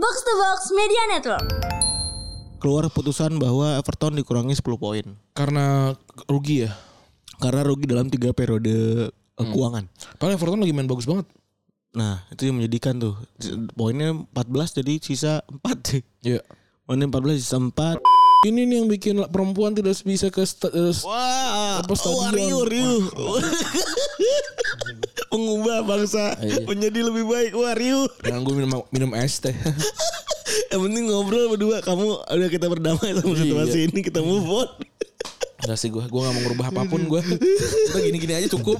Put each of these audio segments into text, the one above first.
Box to Box Media Network. Keluar putusan bahwa Everton dikurangi 10 poin. Karena rugi ya? Karena rugi dalam 3 periode keuangan. Padahal Everton lagi main bagus banget. Nah itu yang menyedihkan tuh. Poinnya 14 jadi sisa 4. Iya. Poinnya 14 sisa 4. Ini nih yang bikin perempuan tidak bisa ke Wah, stadion. Riu. Mengubah bangsa menjadi lebih baik. Wah, Riu. Jangan gue minum es teh. Yang penting ngobrol berdua. Kamu udah kita berdamai sama situasi ini. Kita move on. Enggak sih gue gak mau ngerubah apapun gue. Kita gini-gini aja cukup.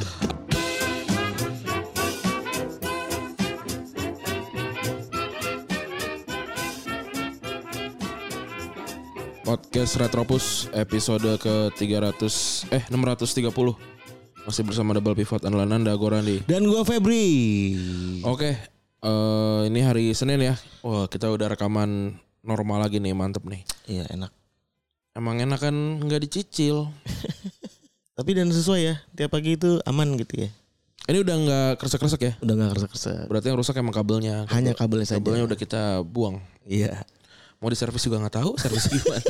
Podcast Retropus episode ke-630. Masih bersama Double Pivot Andalan gue Randy. Dan gue Febri. Oke, ini hari Senin ya. Wah, kita udah rekaman normal lagi nih, mantep nih. Iya, enak. Emang enak kan nggak dicicil. Tapi dan sesuai ya. Tiap pagi itu aman gitu ya. Ini udah nggak kresek-kresek ya? Udah nggak kresek-kresek. Berarti yang rusak emang kabelnya. Hanya kabelnya saja. Kabelnya udah kita buang. Iya. Mau diservis juga nggak tahu servis gimana.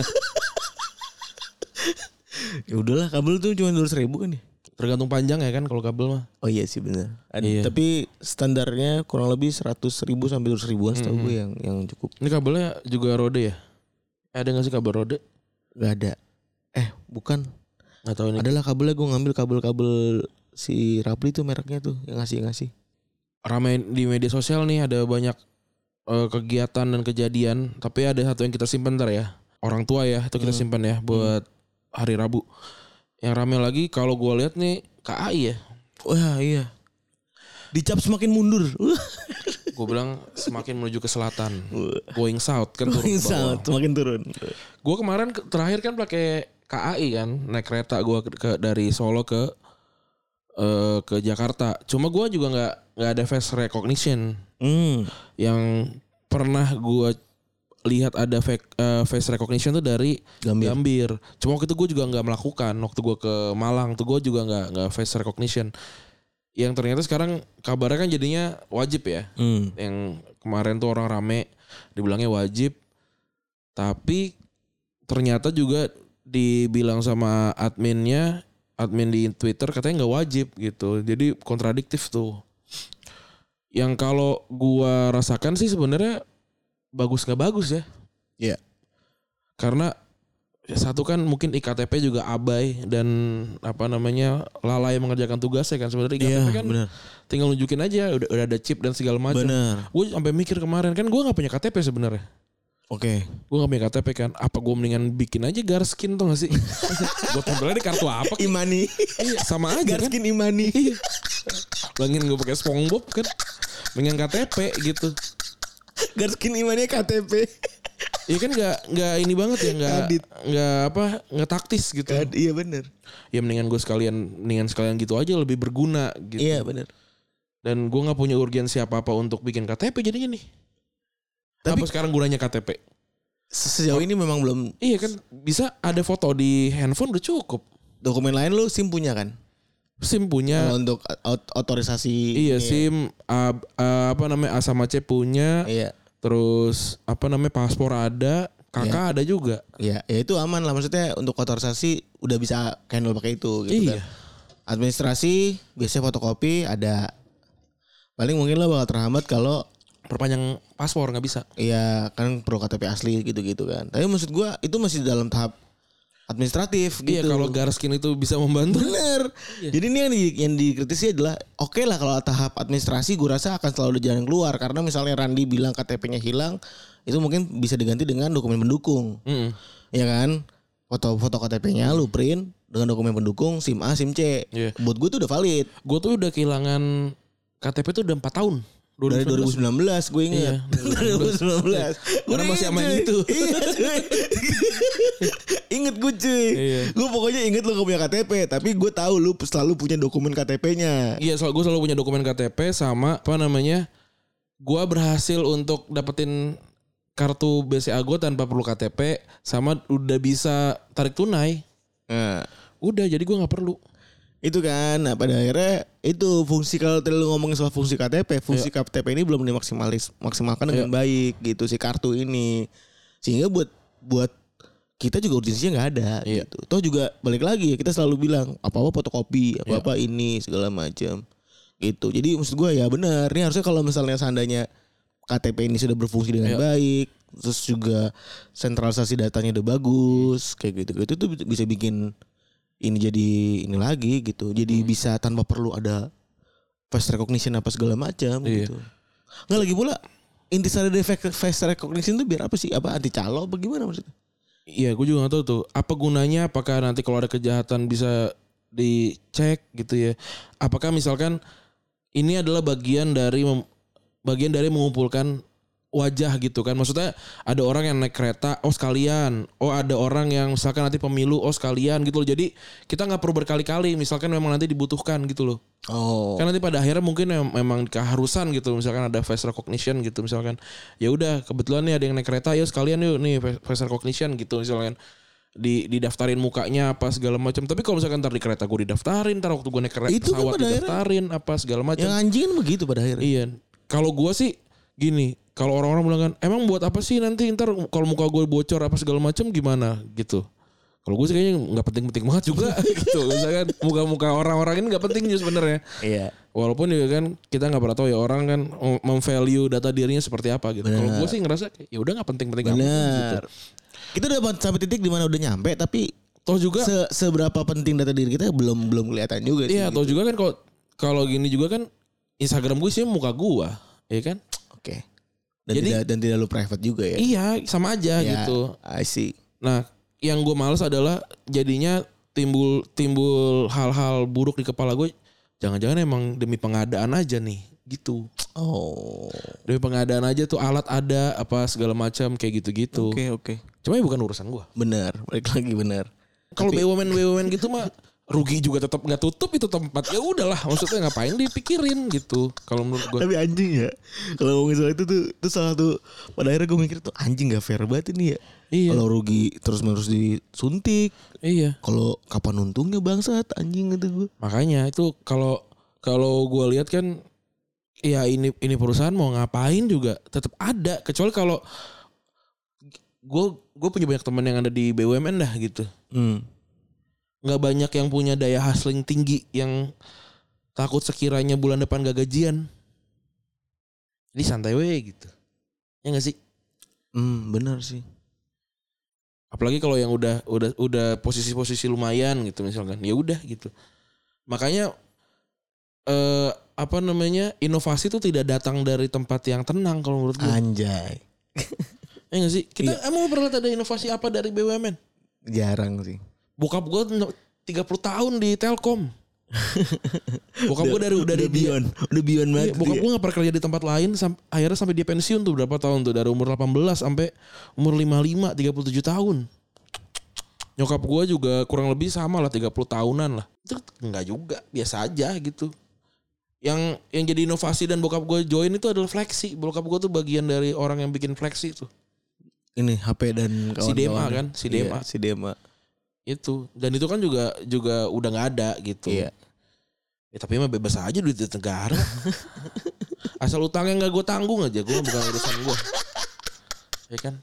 Ya udahlah, kabel tuh cuma 200.000 kan ya. Tergantung panjang ya kan kalau kabel mah. Oh iya sih benar. Iya. Tapi standarnya kurang lebih 100.000 sampai 200.000-an setahu gue yang cukup. Ini kabelnya juga rode ya? Ada nggak sih kabel rode? Gak ada. Bukan. Nggak tahu ini. Adalah kabelnya, gue ngambil kabel-kabel si Rapli tuh mereknya tuh yang ngasih. Ramai di media sosial nih, ada banyak kegiatan dan kejadian. Tapi ada satu yang kita simpan ntar ya. Orang tua ya, itu kita simpan ya buat hari Rabu. Yang rame lagi kalau gue lihat nih KAI ya. Wah iya. Dicap semakin mundur. Gue bilang semakin menuju ke selatan. Going south kan turun Going ke bawah. south, semakin turun. Gue kemarin terakhir kan pakai KAI kan, naik kereta gue dari Solo ke Jakarta. Cuma gue juga nggak ada face recognition. Yang pernah gue lihat ada face recognition tuh dari Gambir. Cuma waktu itu gue juga nggak melakukan. Waktu gue ke Malang tuh gue juga nggak face recognition. Yang ternyata sekarang kabarnya kan jadinya wajib ya. Yang kemarin tuh orang rame dibilangnya wajib. Tapi ternyata juga dibilang sama admin di Twitter katanya nggak wajib gitu. Jadi kontradiktif tuh. Yang kalau gua rasakan sih sebenarnya bagus nggak bagus ya. Iya. Karena satu kan mungkin IKTP juga abai dan lalai mengerjakan tugasnya kan. Sebenarnya IKTP kan bener. Tinggal nunjukin aja udah ada chip dan segala macam. Bener. Gue sampai mikir kemarin kan gue nggak punya KTP sebenarnya. Oke. Gue gak punya KTP kan. Apa gue mendingan bikin aja Garskin tuh gak sih? Gue tempelnya di kartu apa? Imani. Iya sama aja Garskin kan. Imani. Langin gue pakai SpongeBob kan. Mendingan KTP gitu. Garskin Imani KTP. Iya kan gak ini banget ya. Gak taktis gitu. Iya bener. Ya mendingan sekalian gitu aja lebih berguna gitu. Iya bener. Dan gue gak punya urgensi apa-apa untuk bikin KTP jadinya nih. Tapi apa sekarang gunanya KTP? Sejauh ini memang belum. Iya kan bisa ada foto di handphone udah cukup. Dokumen lain lu SIM punya kan? SIM punya. Kalau untuk otorisasi. Iya SIM A sama C punya. Iya. Terus paspor ada, kakak ada juga. Iya, ya itu aman lah, maksudnya untuk otorisasi udah bisa handle pakai itu gitu iya. kan. Administrasi biasanya fotokopi ada. Paling mungkin lo bakal terhambat kalau perpanjang paspor nggak bisa. Iya kan perlu KTP asli gitu-gitu kan. Tapi maksud gue itu masih dalam tahap administratif gitu. Iya kalau Garskin itu bisa membantu. Bener. Iya. Jadi ini yang dikritisi adalah oke lah kalau tahap administrasi gue rasa akan selalu ada jalan keluar. Karena misalnya Randy bilang KTP-nya hilang, itu mungkin bisa diganti dengan dokumen pendukung. Iya kan? Foto KTP-nya lu print dengan dokumen pendukung SIM A, SIM C. Iya. Buat gue tuh udah valid. Gue tuh udah kehilangan KTP tuh udah 4 tahun. Dari 2019 gue inget. Iya, 2019. Karena masih aman itu. Iya cuy. Inget gue cuy. Iya. Gue pokoknya inget lu gak punya KTP. Tapi gue tahu lu selalu punya dokumen KTP-nya. Iya gue selalu punya dokumen KTP sama gue berhasil untuk dapetin kartu BCA gue tanpa perlu KTP. Sama udah bisa tarik tunai. Nah. Udah jadi gue gak perlu. Itu kan, nah pada akhirnya itu fungsi kalau tadi lu ngomongin soal fungsi KTP, fungsi KTP ini belum dimaksimalkan dengan baik gitu si kartu ini. Sehingga buat kita juga urgensinya nggak ada gitu. Toh juga balik lagi ya, kita selalu bilang apa-apa fotokopi, apa-apa ini segala macam. Gitu. Jadi maksud gue ya benar, ini harusnya kalau misalnya seandainya KTP ini sudah berfungsi dengan baik, terus juga sentralisasi datanya udah bagus, kayak gitu-gitu itu bisa bikin ini jadi ini lagi gitu. Jadi bisa tanpa perlu ada face recognition apa segala macam gitu. Nggak lagi pula intisari dari face recognition itu biar apa sih? Apa anti calo apa gimana maksudnya? Iya, gue juga nggak tahu tuh apa gunanya. Apakah nanti kalau ada kejahatan bisa dicek gitu ya? Apakah misalkan ini adalah bagian dari mengumpulkan wajah gitu kan. Maksudnya ada orang yang naik kereta, oh sekalian. Oh ada orang yang misalkan nanti pemilu, oh sekalian gitu loh. Jadi kita nggak perlu berkali-kali misalkan memang nanti dibutuhkan gitu loh. Oh. Kan nanti pada akhirnya mungkin memang keharusan gitu. Misalkan ada face recognition gitu misalkan. Ya udah kebetulan nih ada yang naik kereta, ya sekalian yuk nih face recognition gitu misalkan. Didaftarin mukanya apa segala macam. Tapi kalau misalkan ntar di kereta gue didaftarin, ntar waktu gue naik kereta itu pesawat kan didaftarin apa segala macam. Yang anjing begitu pada akhirnya. Iya. Kalau gue sih gini, kalau orang-orang bilang kan, emang buat apa sih nanti ntar kalau muka gue bocor apa segala macam gimana gitu. Kalau gue sih kayaknya nggak penting-penting banget juga gitu. Misalkan muka-muka orang-orang ini nggak penting juga sebenarnya. Iya. Walaupun juga kan kita nggak pernah tahu ya orang kan memvalue data dirinya seperti apa gitu. Kalau gue sih ngerasa ya udah nggak penting-penting amat gitu. Kita udah sampai titik di mana udah nyampe, tapi toh juga seberapa penting data diri kita belum kelihatan juga sih. Iya, toh juga kan kalau gini juga kan Instagram gue sih muka gue, ya kan? Oke. Dan tidak lu private juga ya? Iya, sama aja gitu. I see. Nah, yang gue males adalah jadinya timbul hal-hal buruk di kepala gue. Jangan-jangan emang demi pengadaan aja nih, gitu. Oh. Demi pengadaan aja tuh alat ada apa segala macam kayak gitu-gitu. Oke. Cuma ya bukan urusan gue. Benar, balik lagi benar. Kalau BUMN gitu mah rugi juga tetap nggak tutup itu tempat. Ya udahlah, maksudnya ngapain dipikirin gitu. Kalau menurut gue. Tapi anjing ya. Kalau ngomongin soal itu tuh salah satu. Pada akhirnya gue mikir tuh anjing nggak fair banget ini ya. Iya. Kalau rugi terus-menerus disuntik. Iya. Kalau kapan untungnya bangsat anjing gitu gue. Makanya itu kalau gue lihat kan ya ini perusahaan mau ngapain juga tetap ada, kecuali kalau gue punya banyak teman yang ada di BUMN dah gitu. Nggak banyak yang punya daya hustling tinggi yang takut sekiranya bulan depan gak gajian. Jadi santai we gitu. Ya nggak sih? Benar sih. Apalagi kalau yang udah posisi-posisi lumayan gitu misalkan. Ya udah gitu. Makanya inovasi itu tidak datang dari tempat yang tenang kalau menurut gue. Anjay. Ya gak sih? Kita emang pernah ada inovasi apa dari BUMN? Jarang sih. Bokap gue 30 tahun di Telkom. Bokap gue dari beyond banget. Iya, bokap gue gak pernah kerja di tempat lain akhirnya sampai dia pensiun tuh berapa tahun tuh, dari umur 18 sampai umur 55, 37 tahun. Nyokap gue juga kurang lebih sama lah, 30 tahunan lah. Itu enggak juga, biasa aja gitu. Yang jadi inovasi dan bokap gue join itu adalah Flexi. Bokap gue tuh bagian dari orang yang bikin Flexi tuh. Ini HP dan kawan-kawan. Si Dema. Itu. Dan itu kan juga udah gak ada gitu. Iya. Ya, tapi mah bebas aja duit negara. Asal utangnya gak gue tanggung aja. Gue bukan urusan gue. Ya kan.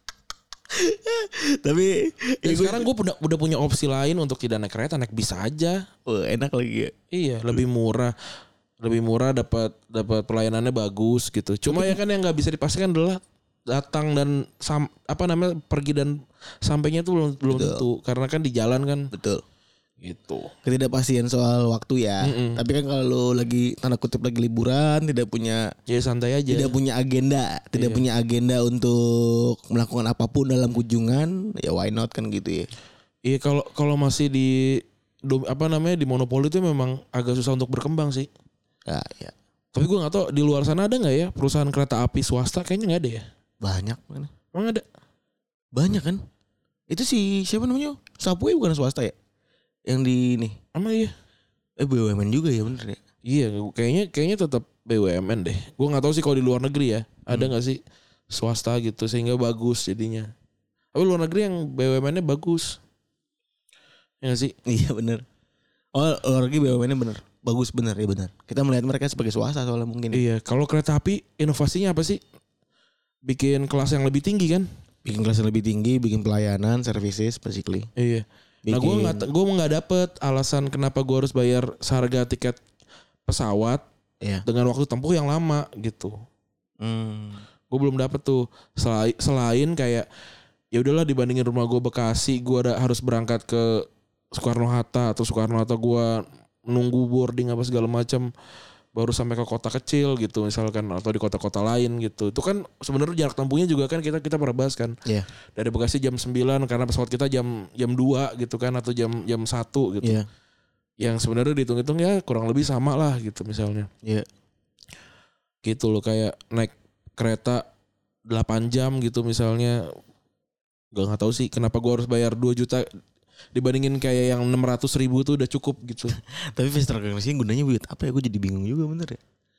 Tapi sekarang gue udah punya opsi lain untuk tidak naik kereta, naik bis aja. Enak lagi ya. Iya, lebih murah dapat pelayanannya bagus gitu. Cuma ya kan yang nggak bisa dipastikan adalah datang dan pergi dan sampainya tuh belum tentu, karena kan di jalan kan. Betul. Gitu. Ketidakpastian soal waktu ya. Tapi kan kalau lu lagi tanda kutip lagi liburan, tidak punya santai aja. Tidak punya agenda untuk melakukan apapun dalam kunjungan, ya why not kan gitu ya. Iya, kalau masih di monopoli itu memang agak susah untuk berkembang sih. Ya. Tapi gue nggak tahu di luar sana ada nggak ya perusahaan kereta api swasta, kayaknya nggak ada ya. Banyak mana? Emang ada? Banyak kan? Itu siapa namanya? Subway bukan swasta ya? Yang di ini. Emang iya. BUMN juga ya bener ya? Iya, kayaknya tetap BUMN deh. Gue nggak tahu sih kalau di luar negeri ya ada nggak sih swasta gitu sehingga bagus jadinya. Tapi luar negeri yang BUMN-nya bagus. Ya nggak sih? Iya bener. Oh, lagi BUMN-nya bener. Bagus bener ya bener. Kita melihat mereka sebagai swasta soalnya mungkin. Iya, kalau kereta api inovasinya apa sih? Bikin kelas yang lebih tinggi kan? Bikin kelas yang lebih tinggi, bikin pelayanan, services basically. Iya. Nah, gue nggak dapet alasan kenapa gue harus bayar seharga tiket pesawat dengan waktu tempuh yang lama gitu. Gue belum dapet tuh. Selain kayak ya udahlah dibandingin rumah gue Bekasi, gue harus berangkat ke Soekarno Hatta atau Soekarno Hatta gue nunggu boarding apa segala macam baru sampai ke kota kecil gitu misalkan atau di kota-kota lain gitu. Itu kan sebenarnya jarak tempuhnya juga kan kita pernah bahas kan. Yeah. Dari Bekasi jam 9 karena pesawat kita jam 2 gitu kan atau jam 1 gitu. Yeah. Yang sebenarnya dihitung-hitung ya kurang lebih sama lah gitu misalnya. Iya. Yeah. Gitu loh kayak naik kereta 8 jam gitu misalnya. Gak tahu sih kenapa gue harus bayar 2 juta dibandingin kayak yang 600.000 tuh udah cukup gitu. Tapi face recognition gunanya buat apa ya? Gue jadi bingung juga bener ya.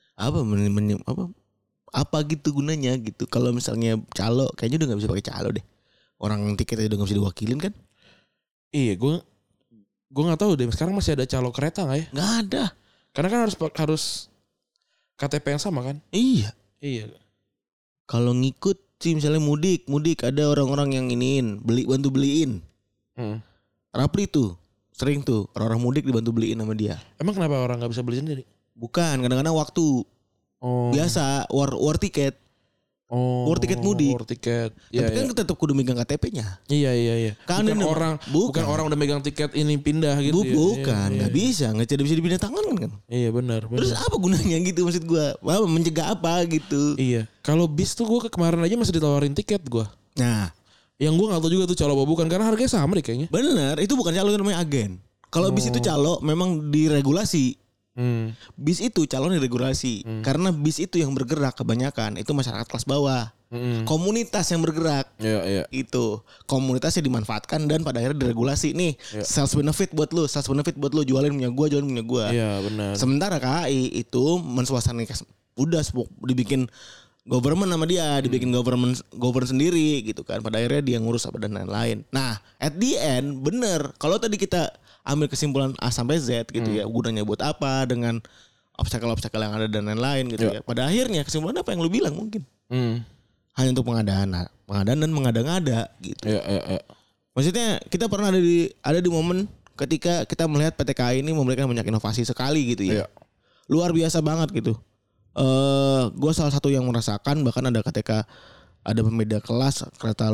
Apa gitu gunanya gitu. Kalau misalnya calo kayaknya udah gak bisa pakai calo deh. Orang tiketnya udah gak bisa diwakilin kan? Iya, gue gak tahu deh. Sekarang masih ada calo kereta gak ya? Gak ada. Karena kan harus KTP yang sama kan? Iya. Kalau ngikut sih misalnya mudik ada orang-orang yang bantu beliin. Rapli tuh sering tuh orang-orang mudik dibantu beliin sama dia. Emang kenapa orang nggak bisa beli sendiri? Bukan, kadang-kadang waktu biasa war tiket. War tiket mudik. War tiket. Tapi kan tetap kudu megang KTP-nya. Iya. Kan bukan orang udah megang tiket ini pindah gitu. Bukan, nggak bisa, nggak bisa dipindah tangan kan? Iya benar. Terus apa gunanya gitu maksud gue? Mencegah apa gitu? Iya. Kalau bis tuh gue kemarin aja masih ditawarin tiket gue. Nah. Yang gue gak tahu juga tuh calo apa bukan karena harganya sama deh kayaknya. Bener, itu bukan calo, itu namanya agen. Kalau bis itu calo memang diregulasi. Bis itu calon diregulasi karena bis itu yang bergerak kebanyakan itu masyarakat kelas bawah. Komunitas yang bergerak. Iya. Itu komunitasnya dimanfaatkan dan pada akhirnya diregulasi nih. Sales benefit buat lu, jualin punya gua. Iya, benar. Sementara KAI itu mensuasanakan udah dibikin government sama dia, dibikin government sendiri gitu kan. Pada akhirnya dia ngurus apa dan lain-lain. Nah, at the end bener. Kalau tadi kita ambil kesimpulan A sampai Z gitu ya, gunanya buat apa dengan obstacle-obstacle yang ada dan lain-lain gitu ya. Pada akhirnya kesimpulan apa yang lu bilang mungkin. Hanya untuk pengadaan dan mengada-ngada gitu. Iya. Maksudnya kita pernah ada di momen ketika kita melihat PT KAI ini memberikan banyak inovasi sekali gitu ya. Luar biasa banget gitu. Gue salah satu yang merasakan bahkan ada ketika ada pembeda kelas kereta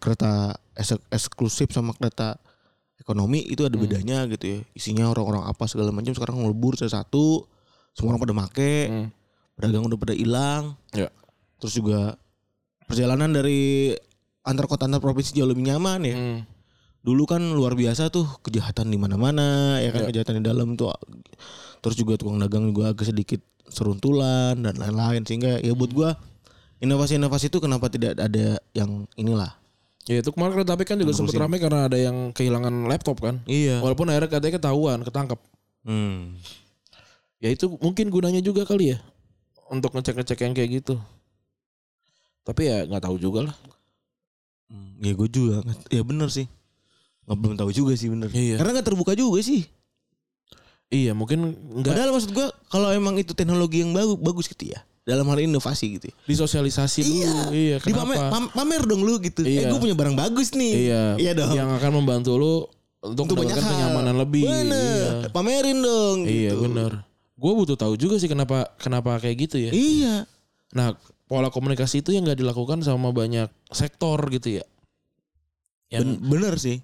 eksklusif sama kereta ekonomi itu ada bedanya gitu ya, isinya orang-orang apa segala macam sekarang ngelebur satu semua orang pada make, pedagang udah pada hilang, terus juga perjalanan dari antar kota antar provinsi jauh lebih nyaman ya. Dulu kan luar biasa tuh kejahatan di mana-mana ya kan, kejahatan di dalam tuh, terus juga tukang dagang juga agak sedikit seruntulan dan lain-lain sehingga ya buat gua inovasi-inovasi itu kenapa tidak ada yang inilah. Ya itu kemarin kereta api kan juga sempat ramai karena ada yang kehilangan laptop kan. Iya. Walaupun akhirnya katanya ketangkap. Ya itu mungkin gunanya juga kali ya untuk ngecek yang kayak gitu. Tapi ya nggak tahu juga lah. Ya gue juga ya benar sih. Belum tahu juga sih benar. Iya. Karena nggak terbuka juga sih. Iya mungkin enggak. Padahal maksud gue kalau emang itu teknologi yang bagus gitu ya. Dalam hal inovasi gitu. Disosialisasi dulu. Iya. Kenapa? Pamer dong lu gitu. Iya. Gue punya barang bagus nih. Iya dong. Yang akan membantu lu untuk mendapatkan kenyamanan lebih. Bener. Iya. Pamerin dong. Iya gitu. bener. Gue butuh tahu juga sih kenapa kayak gitu ya. Iya. Nah pola komunikasi itu yang nggak dilakukan sama banyak sektor gitu ya. Bener sih.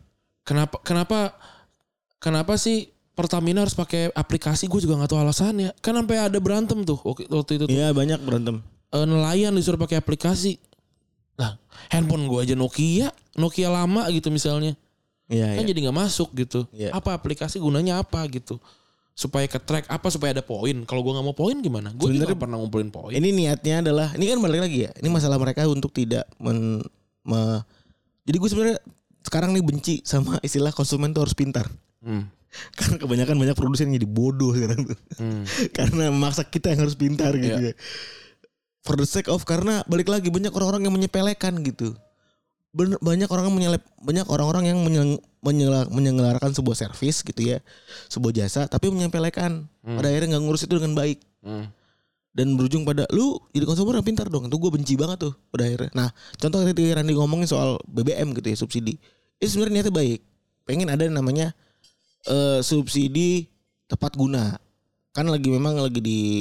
Kenapa sih Pertamina harus pakai aplikasi? Gue juga nggak tahu alasannya. Kan sampai ada berantem tuh waktu itu. Iya banyak berantem. Nelayan disuruh pakai aplikasi. Lah handphone gue aja Nokia lama gitu misalnya. Iya. Kan jadi nggak masuk gitu. Iya. Apa aplikasi gunanya apa gitu? Supaya ke track apa? Supaya ada poin. Kalau gue nggak mau poin gimana? Gue juga pernah ngumpulin poin. Ini niatnya adalah, ini kan balik lagi ya. Ini masalah mereka untuk tidak jadi gue sebenarnya sekarang nih benci sama istilah konsumen tuh harus pintar. Karena kebanyakan banyak produsen yang jadi bodoh sekarang tuh. Karena memaksa kita yang harus pintar gitu ya. For the sake of, karena balik lagi banyak orang-orang yang menyepelekan gitu. Banyak orang yang menyelenggarakan sebuah servis gitu ya, sebuah jasa, tapi menyepelekan. Pada akhirnya nggak ngurus itu dengan baik. Dan berujung pada lu jadi konsumer yang pintar dong. Itu gue benci banget tuh pada akhirnya. Nah, contoh ketika Randy ngomongin soal BBM gitu ya, subsidi. Itu sebenarnya niatnya baik. Pengen ada yang namanya subsidi tepat guna. Kan memang lagi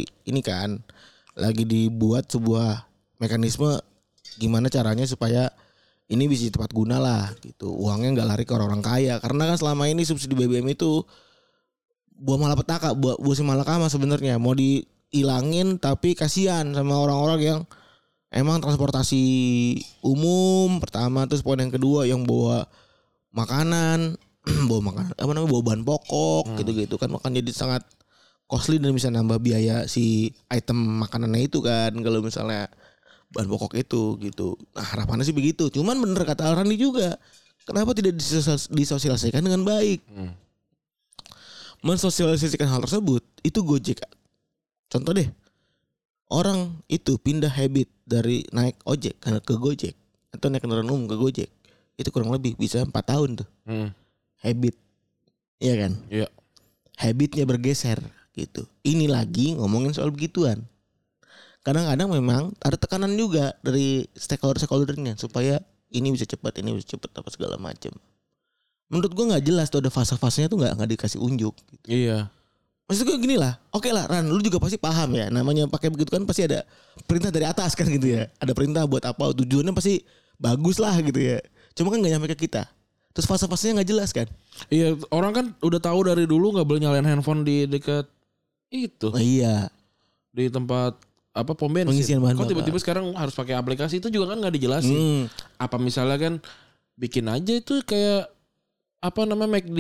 dibuat sebuah mekanisme gimana caranya supaya ini bisa tepat guna lah gitu. Uangnya nggak lari ke orang-orang kaya. Karena kan selama ini subsidi BBM itu buah malapetaka, buah si malakama sebenarnya. Mau dihilangin tapi kasihan sama orang-orang yang emang transportasi umum pertama, terus poin yang kedua yang bawa makanan, bawa bahan pokok gitu-gitu kan, makan jadi sangat costly dan bisa nambah biaya si item makanannya itu kan kalau misalnya bahan pokok itu gitu. Nah, harapannya sih begitu. Cuman bener kata Randi juga, kenapa tidak disosialisasikan dengan baik? Mensosialisasikan hal tersebut itu Gojek. Contoh deh, orang itu pindah habit dari naik ojek ke Gojek atau naik kendaraan umum ke Gojek, itu kurang lebih bisa 4 tahun tuh. Habit, iya kan? Iya. Habitnya bergeser gitu. Ini lagi ngomongin soal begituan. Kadang-kadang memang ada tekanan juga dari stakeholdernya supaya ini bisa cepat apa segala macam. Menurut gua nggak jelas tuh, ada fase-fasenya tuh nggak dikasih unjuk. Gitu. Iya. Maksud gue gini lah, oke lah Ran, lu juga pasti paham ya, namanya pakai begitu kan pasti ada perintah dari atas kan gitu ya. Ada perintah buat apa, tujuannya pasti bagus lah gitu ya. Cuma kan gak nyampe ke kita. Terus fase-fasenya gak jelas kan. Iya, orang kan udah tahu dari dulu gak boleh nyalain handphone di dekat itu. Iya. Di tempat pom bensin. Pengisian bahan Kok bakar. tiba-tiba sekarang harus pakai aplikasi, itu juga kan gak dijelasin. Apa misalnya kan bikin aja itu kayak McD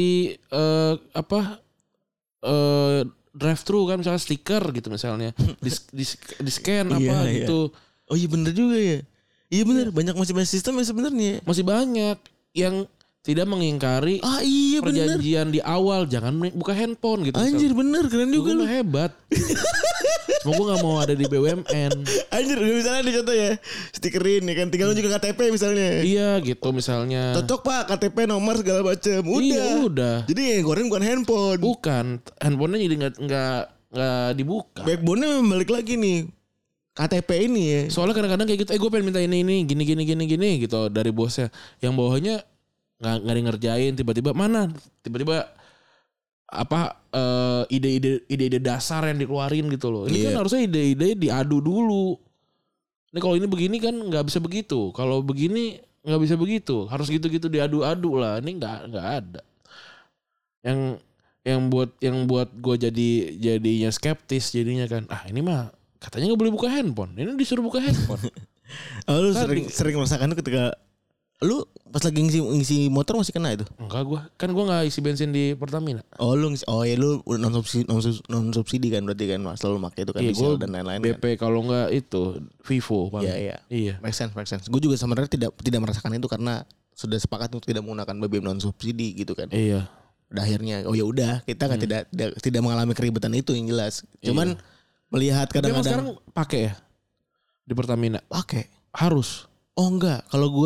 drive thru kan, misalnya stiker gitu misalnya di scan gitu. Oh iya bener juga ya. Iya bener, banyak masih banyak sistem ya sebenarnya. Masih banyak yang tidak mengingkari perjanjian di awal, jangan buka handphone gitu. Anjir bener, keren juga lu. Hebat. Cuma gue gak mau ada di BUMN. Anjir, misalnya ada contoh ya, stikerin ya kan, tinggal lu juga KTP misalnya. Iya gitu misalnya. Cocok pak, KTP nomor segala macam. Udah. Jadi yang goreng bukan handphone. Bukan, handphonenya jadi nggak dibuka. Backbone-nya balik lagi nih, KTP ini ya. Soalnya kadang-kadang kayak gitu, gue pengen minta ini gini gitu dari bosnya. Yang bawahnya nggak ngerjain, tiba-tiba ide-ide dasar yang dikeluarin gitu loh. Ini kan harusnya ide-ide diadu dulu. Ini kalau ini begini kan nggak bisa begitu. Kalau begini nggak bisa begitu. Harus gitu-gitu diadu-adu lah. Ini nggak ada. Yang buat gue jadinya skeptis jadinya kan. Ini mah katanya nggak boleh buka handphone. Ini disuruh buka handphone. Lu sering merasakan itu ketika lu pas lagi ngisi motor masih kena itu? Enggak, gue nggak isi bensin di Pertamina. Lu non subsidi kan berarti kan, selalu pakai itu kan diesel dan lain-lain. BP kan? Kalau nggak itu Vivo. Iya. Make sense. Gue juga sebenarnya tidak merasakan itu karena sudah sepakat untuk tidak menggunakan BBM non subsidi gitu kan. Iya. Udah akhirnya ya udah kita kan tidak mengalami keribetan itu yang jelas. Cuman melihat kadang-kadang. Tapi sekarang pakai ya di Pertamina. Pakai. Harus. Oh enggak,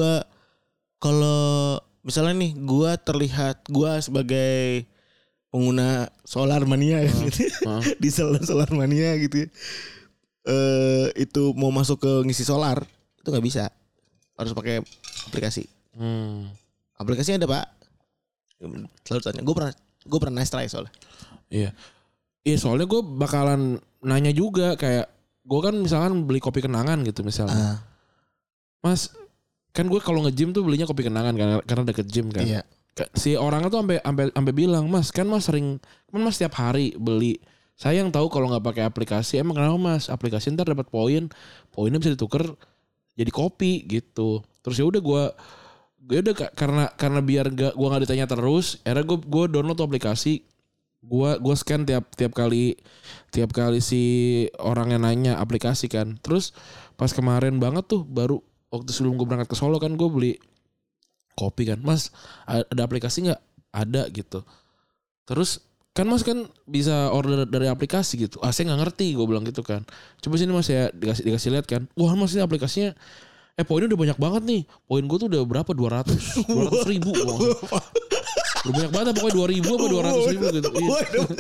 kalau misalnya nih gue terlihat gue sebagai pengguna solar mania gitu. Diesel dan solar mania gitu ya. Itu mau masuk ke ngisi solar itu nggak bisa, harus pakai aplikasi. Aplikasinya ada pak. Selalu tanya, gue pernah nice try soalnya. Iya soalnya gue bakalan nanya juga, kayak gue kan misalkan beli kopi kenangan gitu misalnya. Mas, kan gue kalau nge-gym tuh belinya kopi kenangan karena deket gym kan. Iya. Si orangnya tuh sampai bilang, Mas sering, Mas setiap hari beli. Saya yang tahu kalau nggak pakai aplikasi, emang kenapa Mas? Aplikasi ntar dapat poinnya bisa ditukar jadi kopi gitu. Terus ya udah gue udah karena biar gue nggak ditanya terus, akhirnya gue download tuh aplikasi. Gue scan tiap kali si orang yang nanya aplikasi kan. Terus pas kemarin banget tuh baru waktu sebelum gue berangkat ke Solo kan, gue beli kopi kan. Mas ada aplikasi nggak? Ada gitu. Terus kan Mas kan bisa order dari aplikasi gitu. Saya nggak ngerti, gue bilang gitu kan. Coba sini Mas ya dikasih lihat kan. Wah Mas ini aplikasinya poinnya udah banyak banget nih. Poin gue tuh udah berapa? 200 ribu. Udah banyak banget pokoknya 2.000 apa 200.000 gitu. Iya.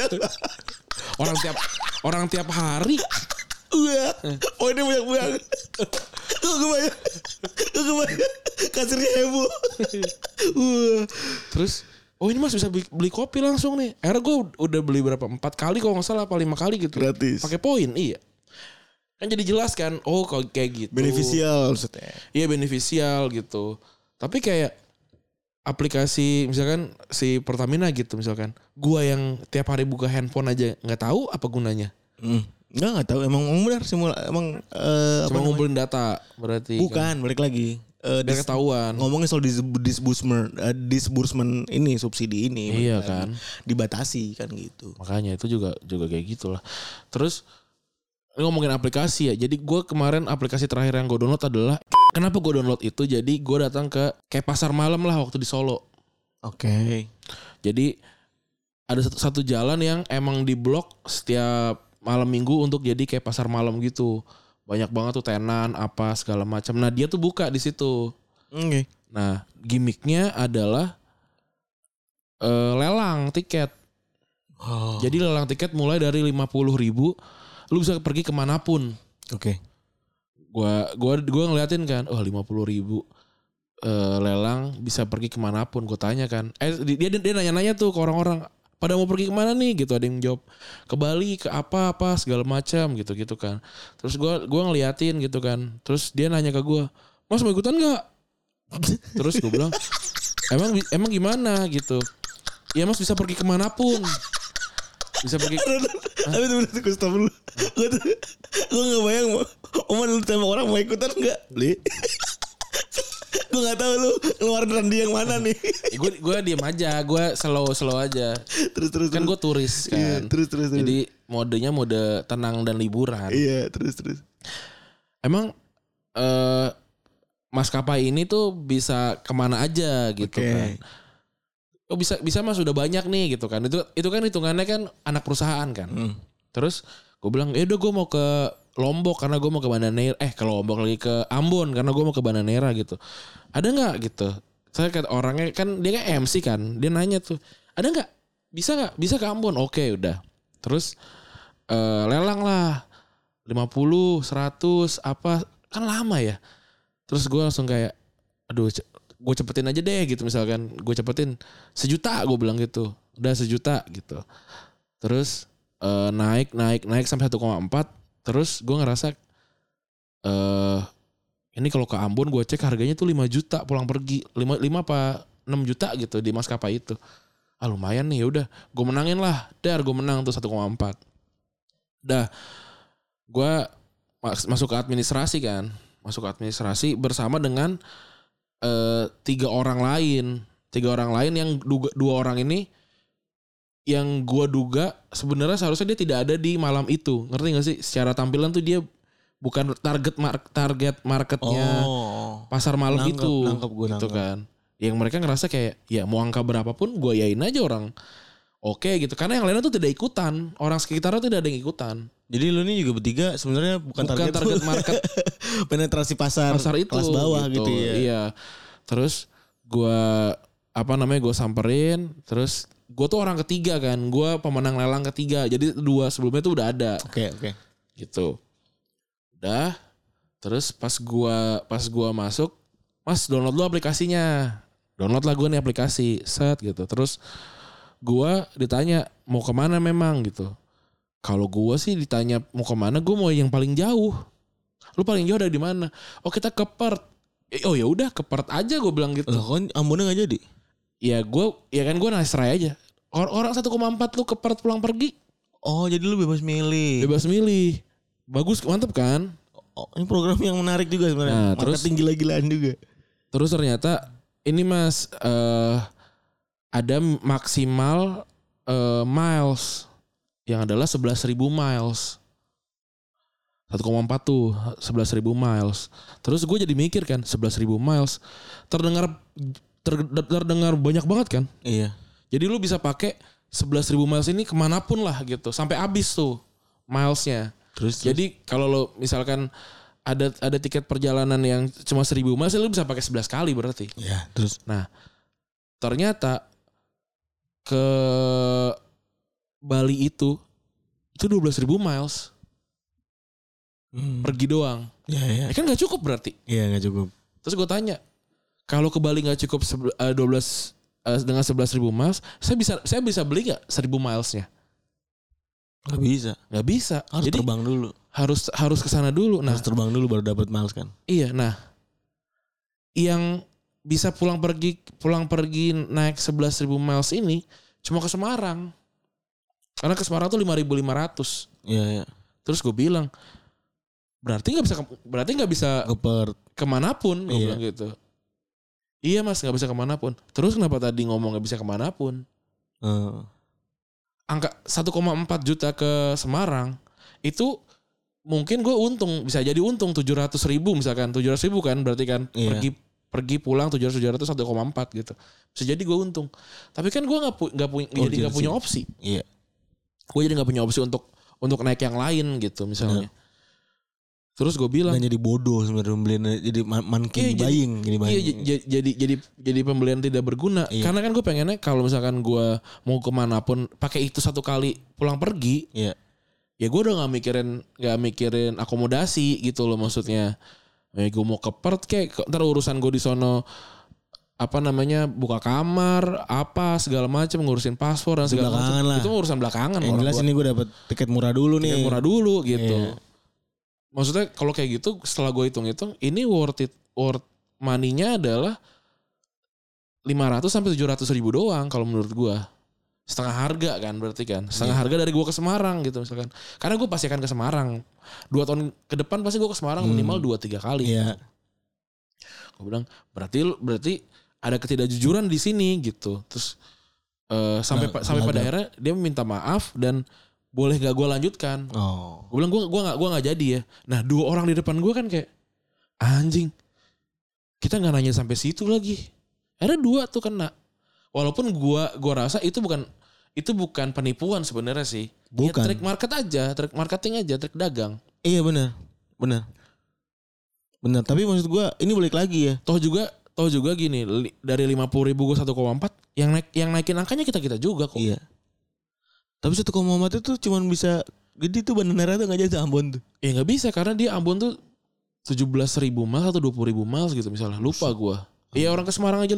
Orang tiap hari. Oh ini banyak banget. Gue kebayang. Kasirnya heboh. Terus ini mas bisa beli kopi langsung nih. Akhirnya gue udah beli berapa? 4 kali kalau gak salah apa 5 kali gitu. Gratis. Pakai poin. Iya. Kan jadi jelas kan. Oh kalau kayak gitu. Beneficial maksudnya. Iya beneficial gitu. Tapi kayak aplikasi misalkan si Pertamina gitu misalkan. Gua yang tiap hari buka handphone aja gak tahu apa gunanya. Enggak tahu emang benar emang cuma ngumpulin data berarti. Bukan, kan? balik lagi. Biar ketahuan. Ngomongin soal disbursement ini subsidi ini. Iya kan. Dibatasi kan gitu. Makanya itu juga kayak gitulah. Terus ngomongin aplikasi ya. Jadi gue kemarin aplikasi terakhir yang gue download adalah. Kenapa gue download itu? Jadi gue datang ke kayak pasar malam lah waktu di Solo. Oke. Jadi ada satu jalan yang emang diblok setiap malam minggu untuk jadi kayak pasar malam gitu. Banyak banget tuh tenan apa segala macam. Nah dia tuh buka di situ. Oke. Nah gimmicknya adalah lelang tiket. Jadi lelang tiket mulai dari 50.000, lu bisa pergi kemanapun. Oke. Gua ngeliatin kan, 50.000 lelang bisa pergi kemanapun. Gue tanya kan, dia nanya-nanya tuh ke orang-orang. Pada mau pergi kemana nih gitu, ada yang jawab ke Bali, ke apa segala macam gitu kan. Terus gue ngeliatin gitu kan. Terus dia nanya ke gue, Mas mau ikutan nggak? Terus gue bilang emang gimana gitu. Ya Mas bisa pergi kemanapun. Bisa pergi. Tapi itu gue stop dulu. Gue nggak bayang Oman lu tembak orang mau ikutan nggak? Li. Gue nggak tahu lu ngeluarin Randy yang mana nih. Gue diem aja, gue slow aja. Terus kan gue turis kan. Iya, terus. Jadi modenya mode tenang dan liburan. Iya terus. Emang maskapai ini tuh bisa kemana aja gitu kan. Oh bisa mas sudah banyak nih gitu kan. Itu kan hitungannya kan anak perusahaan kan. Terus gue bilang udah gue mau ke Lombok karena gue mau ke Banda Neira. Ke Lombok lagi ke Ambon karena gue mau ke Banda Neira gitu. Ada nggak gitu? Saya kata orangnya kan dia kan MC kan. Dia nanya tuh ada nggak? Bisa nggak? Bisa ke Ambon? Oke udah. Terus lelang lah 50, 100 apa kan lama ya. Terus gue langsung kayak aduh gue cepetin aja deh gitu misalkan. Gue cepetin 1 juta gue bilang gitu. Udah 1 juta gitu. Terus naik sampai 1,4. Terus gue ngerasa ini kalau ke Ambon gue cek harganya tuh 5 juta pulang pergi. 5 apa 6 juta gitu di maskapai itu. Lumayan nih yaudah. Gue menangin lah. Gue menang tuh 1,4. Dah. Gue masuk ke administrasi kan. Masuk ke administrasi bersama dengan 3 orang lain. 3 orang lain yang 2 orang ini yang gue duga sebenarnya seharusnya dia tidak ada di malam itu. Ngerti gak sih? Secara tampilan tuh dia bukan target marketnya pasar malam itu. Gitu kan. Yang mereka ngerasa kayak ya mau angka berapapun gue yain aja orang. Oke gitu. Karena yang lainnya tuh tidak ikutan. Orang sekitarnya tuh tidak ada yang ikutan. Jadi lu ini juga bertiga sebenarnya bukan target market penetrasi pasar itu, kelas bawah gitu ya. Iya. Terus gue gue samperin. Terus gue tuh orang ketiga kan. Gue pemenang lelang ketiga. Jadi 2 sebelumnya tuh udah ada. Oke. Gitu. Udah. Terus pas gue masuk, Mas download lu aplikasinya. Download lah gue nih aplikasi. Set gitu. Terus gue ditanya mau kemana memang gitu. Kalau gue sih ditanya mau kemana, gue mau yang paling jauh. Lu paling jauh dari mana? Oh kita ke Perth. Oh ya udah ke Perth aja gue bilang gitu. Loh kan Ambonnya nggak jadi? Ya kan gue nasrai aja. Orang 1,4 lu ke Perth pulang pergi. Oh jadi lu bebas milih. Bagus mantep kan? Oh, ini program yang menarik juga sebenarnya. Nah, terus gila-gilaan juga. Terus ternyata ini Mas ada maksimal miles yang adalah 11.000 miles. 1,4 tuh 11.000 miles. Terus gue jadi mikir kan 11.000 miles terdengar banyak banget kan? Iya. Jadi lu bisa pakai 11.000 miles ini kemanapun lah gitu sampai habis tuh milesnya. Terus. Jadi kalau lo misalkan ada tiket perjalanan yang cuma 1.000 miles lu bisa pakai 11 kali berarti. Iya. Terus. Nah ternyata ke Bali itu 12.000 miles. Pergi doang. Ya kan gak cukup berarti. Iya gak cukup. Terus gue tanya, kalau ke Bali gak cukup dengan 11.000 miles, saya bisa beli gak 1.000 milesnya? Gak bisa. Harus Jadi, terbang dulu. Harus kesana dulu. Nah, harus terbang dulu baru dapat miles kan. Iya, nah. Yang bisa pulang pergi naik 11.000 miles ini cuma ke Semarang. Karena ke Semarang tuh 5.500. Iya. Terus gue bilang, berarti nggak bisa kemanapun. Gue bilang gitu. Iya mas, nggak bisa kemanapun. Terus kenapa tadi ngomong nggak bisa kemanapun? Angka 1,4 juta ke Semarang itu mungkin gue bisa jadi untung 700.000 misalkan. 700.000 kan berarti kan. Iya. Pergi pulang 700 1,4 gitu. Bisa jadi gue untung. Tapi kan gue nggak punya opsi. Iya. Gue jadi nggak punya opsi untuk naik yang lain gitu misalnya. Terus gue bilang. Dan jadi bodoh sebenarnya pembelian, jadi monkey buying. Iya, jadi pembelian tidak berguna. Iya. Karena kan gue pengennya kalau misalkan gue mau kemanapun pakai itu satu kali pulang pergi. Iya. Ya gue udah nggak mikirin akomodasi gitu loh maksudnya. Gue mau ke Perth kayak ntar urusan gue di sono buka kamar segala macam, ngurusin paspor dan segala macam itu urusan belakangan. Yang jelas ini gue dapet tiket murah dulu gitu. Maksudnya kalau kayak gitu setelah gue hitung-hitung ini worth money-nya adalah 500 sampai 700 ribu doang kalau menurut gue. Setengah harga kan berarti kan. Setengah harga dari gue ke Semarang gitu misalkan. Karena gue pasti akan ke Semarang. 2 tahun ke depan pasti gue ke Semarang minimal 2-3 kali. Iya. Gue bilang berarti ada ketidakjujuran di sini gitu. Terus sampai pada akhirnya dia minta maaf dan boleh gak gue lanjutkan. Gue bilang gue gak jadi ya. Nah 2 orang di depan gue kan kayak anjing. Kita gak nanya sampai situ lagi. Akhirnya 2 tuh kena. Walaupun gue rasa itu bukan penipuan sebenarnya sih. Bukan. Ya, trik marketing aja, trik dagang. Iya benar. Tapi maksud gue ini balik lagi ya. Toh juga gini, dari 50.000 gue 1,4, yang naikin angkanya kita juga kok. Iya. Tapi 1,4 itu cuma bisa gede tuh Bandara tuh nggak jadi Ambon tuh. Ya nggak bisa karena dia Ambon tuh 17.000 miles atau 20.000 miles gitu misalnya. Lupa gue. Iya orang ke Semarang aja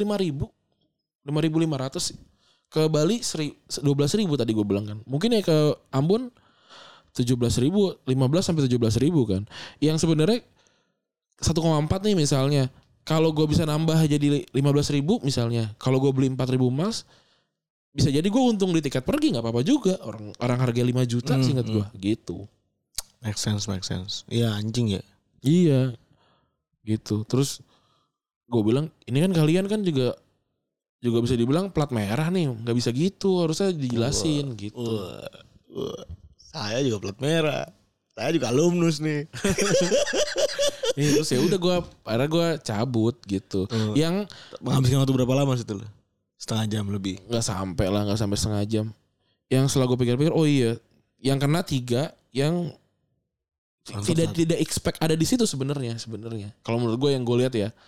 5.500 ke Bali 12.000 tadi gue bilang kan. Mungkin ya ke Ambon 17.000, 15 sampai 17.000 kan. Yang sebenarnya 1,4 nih misalnya. Kalau gue bisa nambah jadi 15.000 misalnya. Kalau gue beli 4.000 miles bisa jadi gue untung di tiket pergi nggak apa-apa juga. Orang harga 5 juta seingat gue gitu. Make sense. Iya anjing ya. Iya gitu. Terus gue bilang ini kan kalian kan juga bisa dibilang plat merah nih, nggak bisa gitu, harusnya dijelasin gitu. Saya juga plat merah, saya juga alumnus nih. Terus ya udah gue cabut gitu. Yang menghabiskan waktu berapa lama situ? Setengah jam lebih. Nggak sampai setengah jam. Yang setelah gue pikir-pikir, oh iya, yang kena 3 yang tidak expect ada di situ sebenarnya. Kalau menurut gue yang gue lihat ya.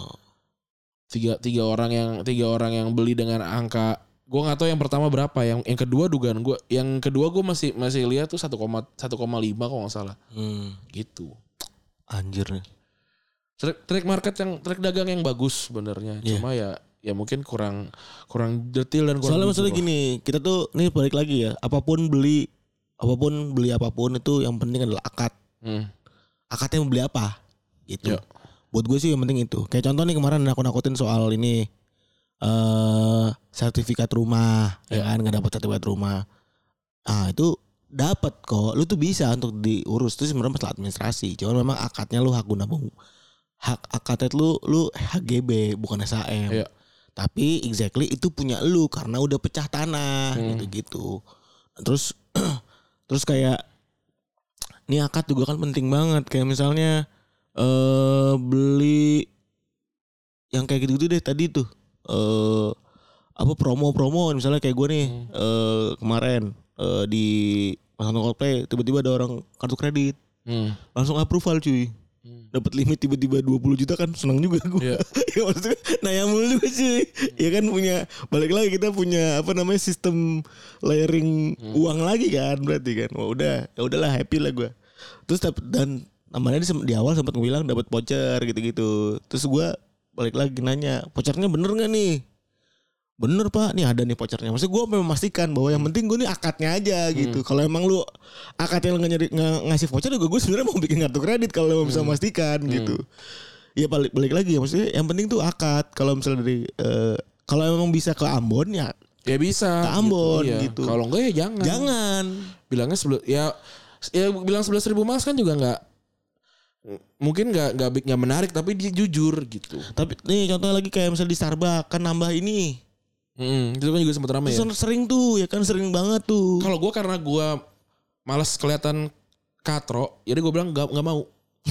Tiga orang yang beli dengan angka, gue nggak tahu yang pertama berapa, yang kedua dugaan gue, yang kedua gue masih lihat tuh 1,5 kalau nggak salah, gitu. Anjir. Trik dagang yang bagus sebenarnya, cuma ya mungkin kurang detail dan kurang. Soalnya maksudnya gini, kita tuh nih balik lagi ya, apapun beli apapun itu yang penting adalah akad. Akadnya mau beli apa, gitu. Ya. Buat gue sih yang penting itu. Kayak contoh nih kemarin aku nakutin soal ini sertifikat rumah, ya kan nggak dapat sertifikat rumah. Ah itu dapat kok. Lu tuh bisa untuk diurus. Itu sebenarnya masalah administrasi. Cuman memang akadnya lu hak guna akadnya lu HGB bukan SHM. Ya. Tapi exactly itu punya lu karena udah pecah tanah gitu. Terus kayak ini akad juga kan penting banget. Kayak misalnya beli yang kayak gitu deh tadi tuh promo misalnya kayak gue nih kemarin di pas nonton Coldplay tiba-tiba ada orang kartu kredit langsung approval cuy. Dapat limit tiba-tiba 20 juta kan senang juga gue. Ya maksudnya nayamul juga sih. Ya kan punya balik lagi kita punya sistem layering uang lagi kan berarti kan. Wah udah, ya udahlah happy lah gue. Terus dan namanya di awal sempat bilang dapat voucher gitu-gitu. Terus gue balik lagi nanya, vouchernya bener nggak nih? Bener pak, nih ada nih vouchernya. Maksudnya gue memastikan bahwa yang penting gue nih akadnya aja gitu. Kalau emang lu akadnya nggak ngasih voucher, gue sebenarnya mau bikin kartu kredit kalau bisa memastikan gitu. Ya balik lagi ya, maksudnya yang penting tuh akad. Kalau misalnya dari kalau emang bisa ke Ambon ya bisa ke Ambon gitu. Kalau enggak ya jangan. Bilangnya ya bilang 11.000 Mas kan juga nggak. Mungkin nggak menarik tapi dia jujur gitu. Tapi nih contohnya lagi kayak misalnya di Starbucks kan nambah ini. Itu kan juga sempat ramai ya. Sering tuh ya kan, sering banget tuh. Kalau gue karena gue malas kelihatan katro, jadi gue bilang nggak mau.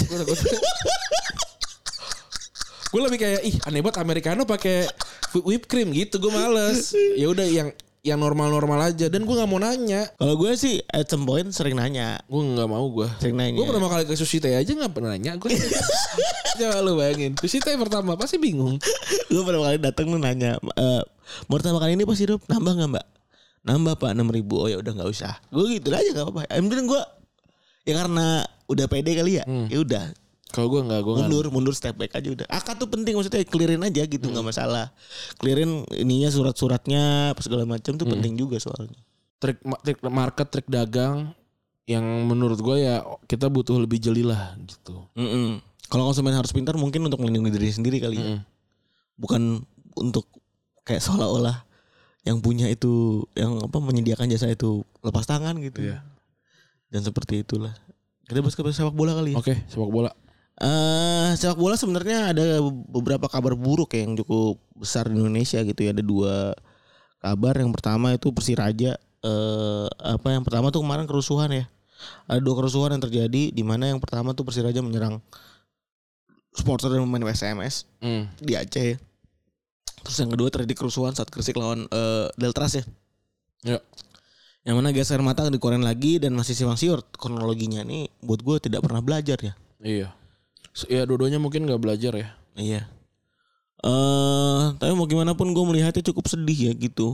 Gue lebih kayak aneh banget americano pakai whipped cream gitu, gue males. Ya udah yang normal-normal aja, dan gue nggak mau nanya. Kalau gue sih at some point sering nanya. Gue nggak mau sering nanya. Gue pertama kali ke sushi teh aja nggak pernah nanya. Gue coba lu bayangin sushi teh pertama pasti bingung. Gue pertama kali datang tuh nanya, mau pertama kali ini pas hidup nambah nggak mbak? Nambah pak 6.000. Oh ya udah nggak usah. Gue gitu aja nggak apa-apa. Emang gue ya karena udah pede kali ya. Ya udah. Kalau gue nggak, gue mundur step back aja udah. Akad tuh penting, maksudnya clearin aja gitu, nggak masalah. Clearin ininya, surat-suratnya apa segala macam tuh penting juga soalnya. Trik market, trik dagang yang menurut gue ya kita butuh lebih jeli lah gitu. Kalau konsumen harus pintar mungkin untuk melindungi diri sendiri kali ya. Bukan untuk kayak seolah-olah yang punya itu, yang menyediakan jasa itu lepas tangan gitu. Iya. Dan seperti itulah. Kita bahas ke sepak bola kali ya. Oke, sepak bola. Sepak bola sebenarnya ada beberapa kabar buruk yang cukup besar di Indonesia gitu ya. Ada 2 kabar. Yang pertama itu Persiraja. Yang pertama tuh kemarin kerusuhan ya. Ada 2 kerusuhan yang terjadi, di mana yang pertama tuh Persiraja menyerang supporter dan pemain SMS di Aceh. Terus yang kedua terjadi kerusuhan saat Gresik lawan Deltras ya. Ya. Yang mana gas air mata dikeluarin lagi dan masih simpang siur kronologinya nih. Buat gue tidak pernah belajar ya. Iya. Ya dua-duanya mungkin nggak belajar ya. Iya. Tapi mau gimana pun gue melihatnya cukup sedih ya gitu.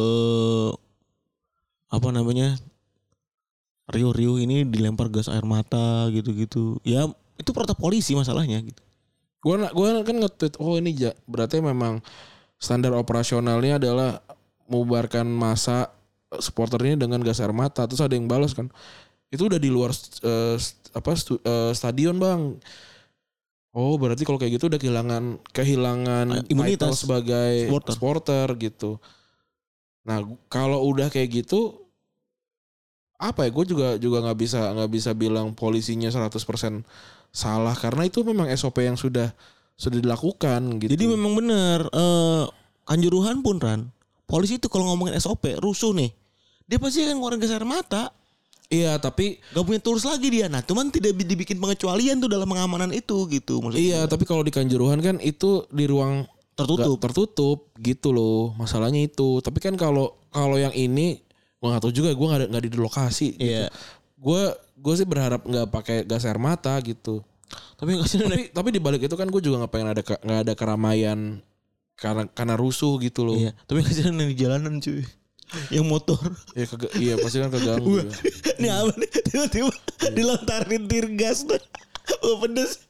Rio ini dilempar gas air mata gitu-gitu. Ya itu protes polisi masalahnya gitu. Gue kan nge-tweet, ini berarti memang standar operasionalnya adalah membubarkan massa supporternya dengan gas air mata. Terus ada yang balas kan, itu udah di luar stadion bang. Oh berarti kalau kayak gitu udah kehilangan imunitas sebagai supporter gitu. Nah kalau udah kayak gitu, apa ya, gue juga nggak bisa bilang polisinya 100% salah, karena itu memang SOP yang sudah dilakukan gitu. Jadi memang benar, Kanjuruhan pun polisi itu kalau ngomongin SOP rusuh nih, dia pasti akan ngeluarin gas air mata. Iya tapi gak punya tools lagi dia. Nah cuman tidak dibikin pengecualian tuh dalam pengamanan itu gitu maksudnya. Iya tapi kalau di Kanjuruhan kan itu di ruang tertutup gitu loh, masalahnya itu. Tapi kan kalau yang ini gue nggak tahu juga, gue nggak di lokasi gitu. Gue sih berharap nggak pakai gas air mata gitu. Tapi di balik itu kan gue juga nggak pengen nggak ada keramaian karena rusuh gitu loh. Iya. Tapi kasihan di jalanan cuy. Yang motor. Iya pasti kan keganggu. Ini apa nih? Tiba-tiba dilontarin tir gas tuh. Pedes.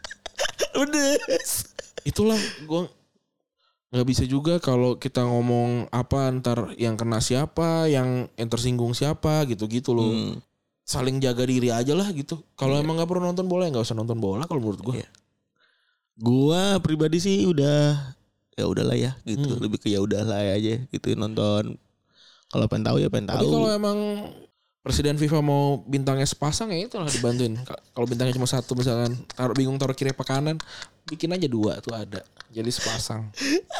Itulah gue nggak bisa juga kalau kita ngomong apa ntar yang kena siapa, yang tersinggung siapa gitu loh. Saling jaga diri aja lah gitu. Kalau emang nggak perlu nonton bola ya nggak usah nonton bola kalau menurut gue. Gue pribadi sih ya udahlah ya gitu. Lebih ke ya udahlah aja gitu nonton. Kalau pengen tahu ya pengen tahu. Tapi kalau emang Presiden FIFA mau bintangnya sepasang ya itulah dibantuin. Kalau bintangnya cuma 1 misalkan, taruh kiri apa kanan, bikin aja 2 tuh ada. Jadi sepasang.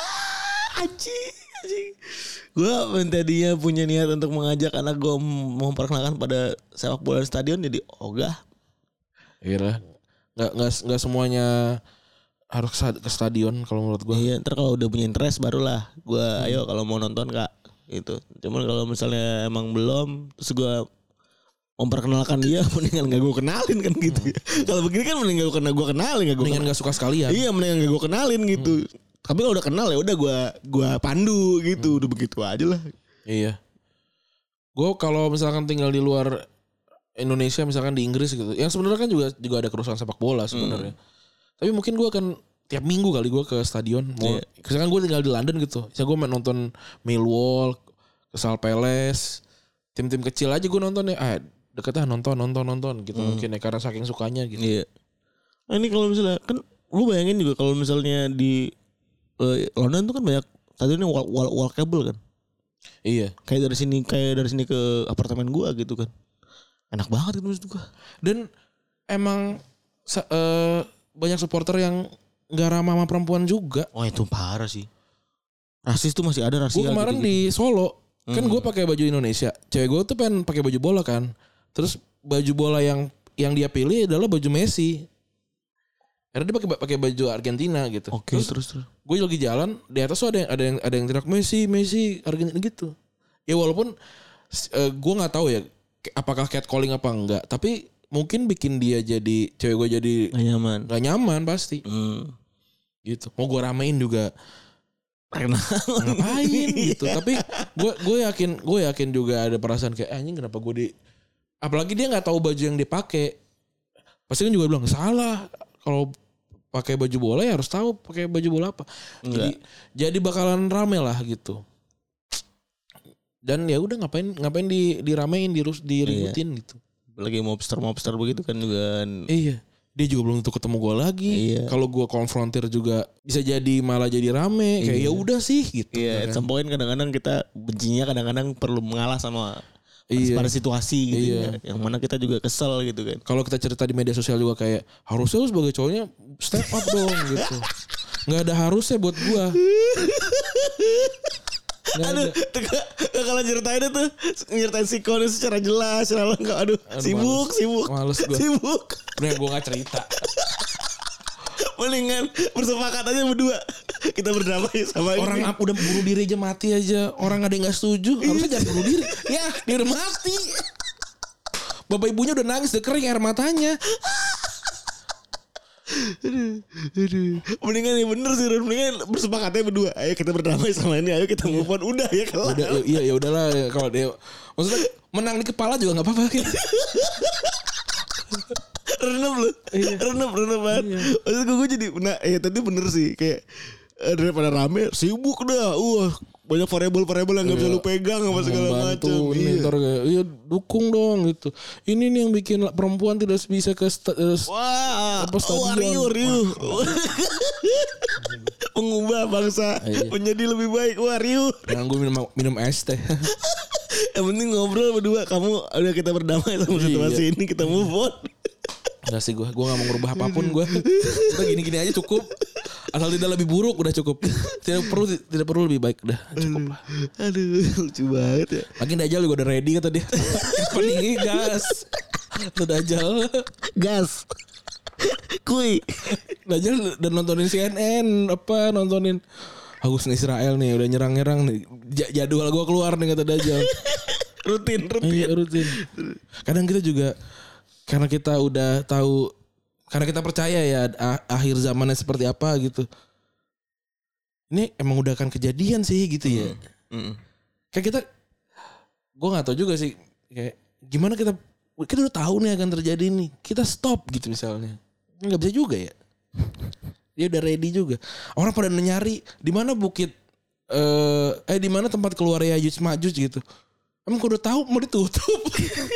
Anjing. Gue tadinya punya niat untuk mengajak anak gue memperkenalkan pada sepak bola stadion, jadi ogah. Iya. Nggak semuanya harus ke stadion kalau menurut gue. Iya, ntar kalau udah punya interest barulah gue ayo kalau mau nonton kak gitu. Cuman kalau misalnya emang belum, terus gue memperkenalkan dia, mendingan gak gue kenalin kan gitu. Kalau begini kan mendingan gue kenalin, mendingan gak suka sekalian. Iya, mendingan gak gue kenalin gitu. Tapi kalau udah kenal ya udah gue pandu gitu, udah begitu aja lah. Iya. Gue kalau misalkan tinggal di luar Indonesia, misalkan di Inggris gitu, yang sebenarnya kan juga ada kerusuhan sepak bola sebenarnya. Tapi mungkin gue akan tiap minggu kali gue ke stadion. Misalkan gue tinggal di London gitu, misalkan gue main nonton Millwall, Crystal Palace, tim-tim kecil aja gue nonton ya. Deketnya nonton gitu mungkin ya karena saking sukanya gitu. Iya. Nah, ini kalau misalnya kan lu bayangin juga kalau misalnya di London tuh kan banyak stadionnya walkable kan. Iya. Kayak dari sini ke apartemen gua gitu kan. Enak banget gitu maksud gua. Dan emang banyak supporter yang nggak ramah sama perempuan juga. Oh itu parah sih. Rasis tuh masih ada rasis. Gue kemarin di Solo kan gue pakai baju Indonesia. Cewek gue tuh pengen pakai baju bola kan. Terus baju bola yang dia pilih adalah baju Messi. Karena dia pakai baju Argentina gitu. Oke, terus. Gue lagi jalan di atas tuh ada yang teriak Messi Argentina gitu. Ya walaupun gue nggak tahu ya apakah catcalling apa enggak. Tapi mungkin bikin dia jadi cewek gue jadi nggak nyaman pasti. Gitu. Mau gue ramein juga ngapain gitu. Tapi gue yakin juga ada perasaan kayak anjing kenapa gue di, apalagi dia nggak tahu baju yang dipakai, pasti kan juga bilang salah kalau pakai baju bola ya harus tahu pakai baju bola apa. Jadi bakalan rame lah gitu. Dan ya udah ngapain diramein diributin gitu. Apalagi mobster begitu kan juga. Iya. Dia juga belum tentu ketemu gue lagi. Iya. Kalau gue konfrontir juga bisa jadi malah jadi rame. Kayak ya udah sih gitu. Iya. At some point kadang-kadang kita bencinya kadang-kadang perlu mengalah sama pada situasi gitu ya. Yang mana kita juga kesel gitu kan. Kalau kita cerita di media sosial juga kayak harusnya lu sebagai cowoknya step up dong gitu. Nggak ada harusnya buat gue. Aduh, kalau ceritain itu nyeritain si Koni secara jelas, secara lengkap. Aduh, sibuk. Males gue. Sibuk. Mendingan gue gak cerita. Mendingan bersepakat aja berdua. Kita berdamai sama orang ini. Udah bunuh diri aja mati aja. Orang ada yang gak setuju. Harusnya jangan bunuh diri. Ya, dia udah mati. Bapak ibunya udah nangis, udah kering air matanya. Aduh. Mendingan yang bener sih, mendingan bersepakatnya berdua. Ayo kita berdamai sama ini, ayo kita move on. Udah ya kelar. Udah, iya ya udahlah kalau dia maksudnya menang di kepala juga enggak apa-apa gitu. Renep loh. Iya. Renep banget. Iya. Maksud gue jadi tadi bener sih kayak daripada rame sibuk dah. Banyak variabel yang gak bisa lu pegang apa segala macam. Iya dukung dong gitu. Ini nih yang bikin perempuan tidak bisa ke stadion. Riuh. Mengubah bangsa menjadi lebih baik. Riuh. Jangan gue minum es teh. Yang penting ngobrol berdua. Kamu udah kita berdamai sama situasi ini, kita move on. Enggak sih gue gak mau ngerubah apapun gue. Udah gini-gini aja cukup. Asal tidak lebih buruk udah cukup. Tidak perlu lebih baik udah cukup lah. Aduh lucu banget ya. Makin Dajjal juga udah ready kata dia. Pendingin gas. Tuh Dajjal. Gas. Kui. Dajjal udah nontonin CNN nontonin Agus Israel nih udah nyerang nih. Jadwal gue keluar nih kata Dajjal. Rutin. Iya rutin. Kadang kita juga karena kita udah tahu, karena kita percaya ya akhir zamannya seperti apa gitu. Ini emang udah akan kejadian sih gitu ya. Kayak kita, gue nggak tahu juga sih kayak gimana kita udah tahu nih akan terjadi nih. Kita stop gitu misalnya, nggak bisa juga ya. Dia udah ready juga. Orang pada nyari di mana bukit di mana tempat keluar Yajuj Majuj gitu. Emang udah tahu mau ditutup.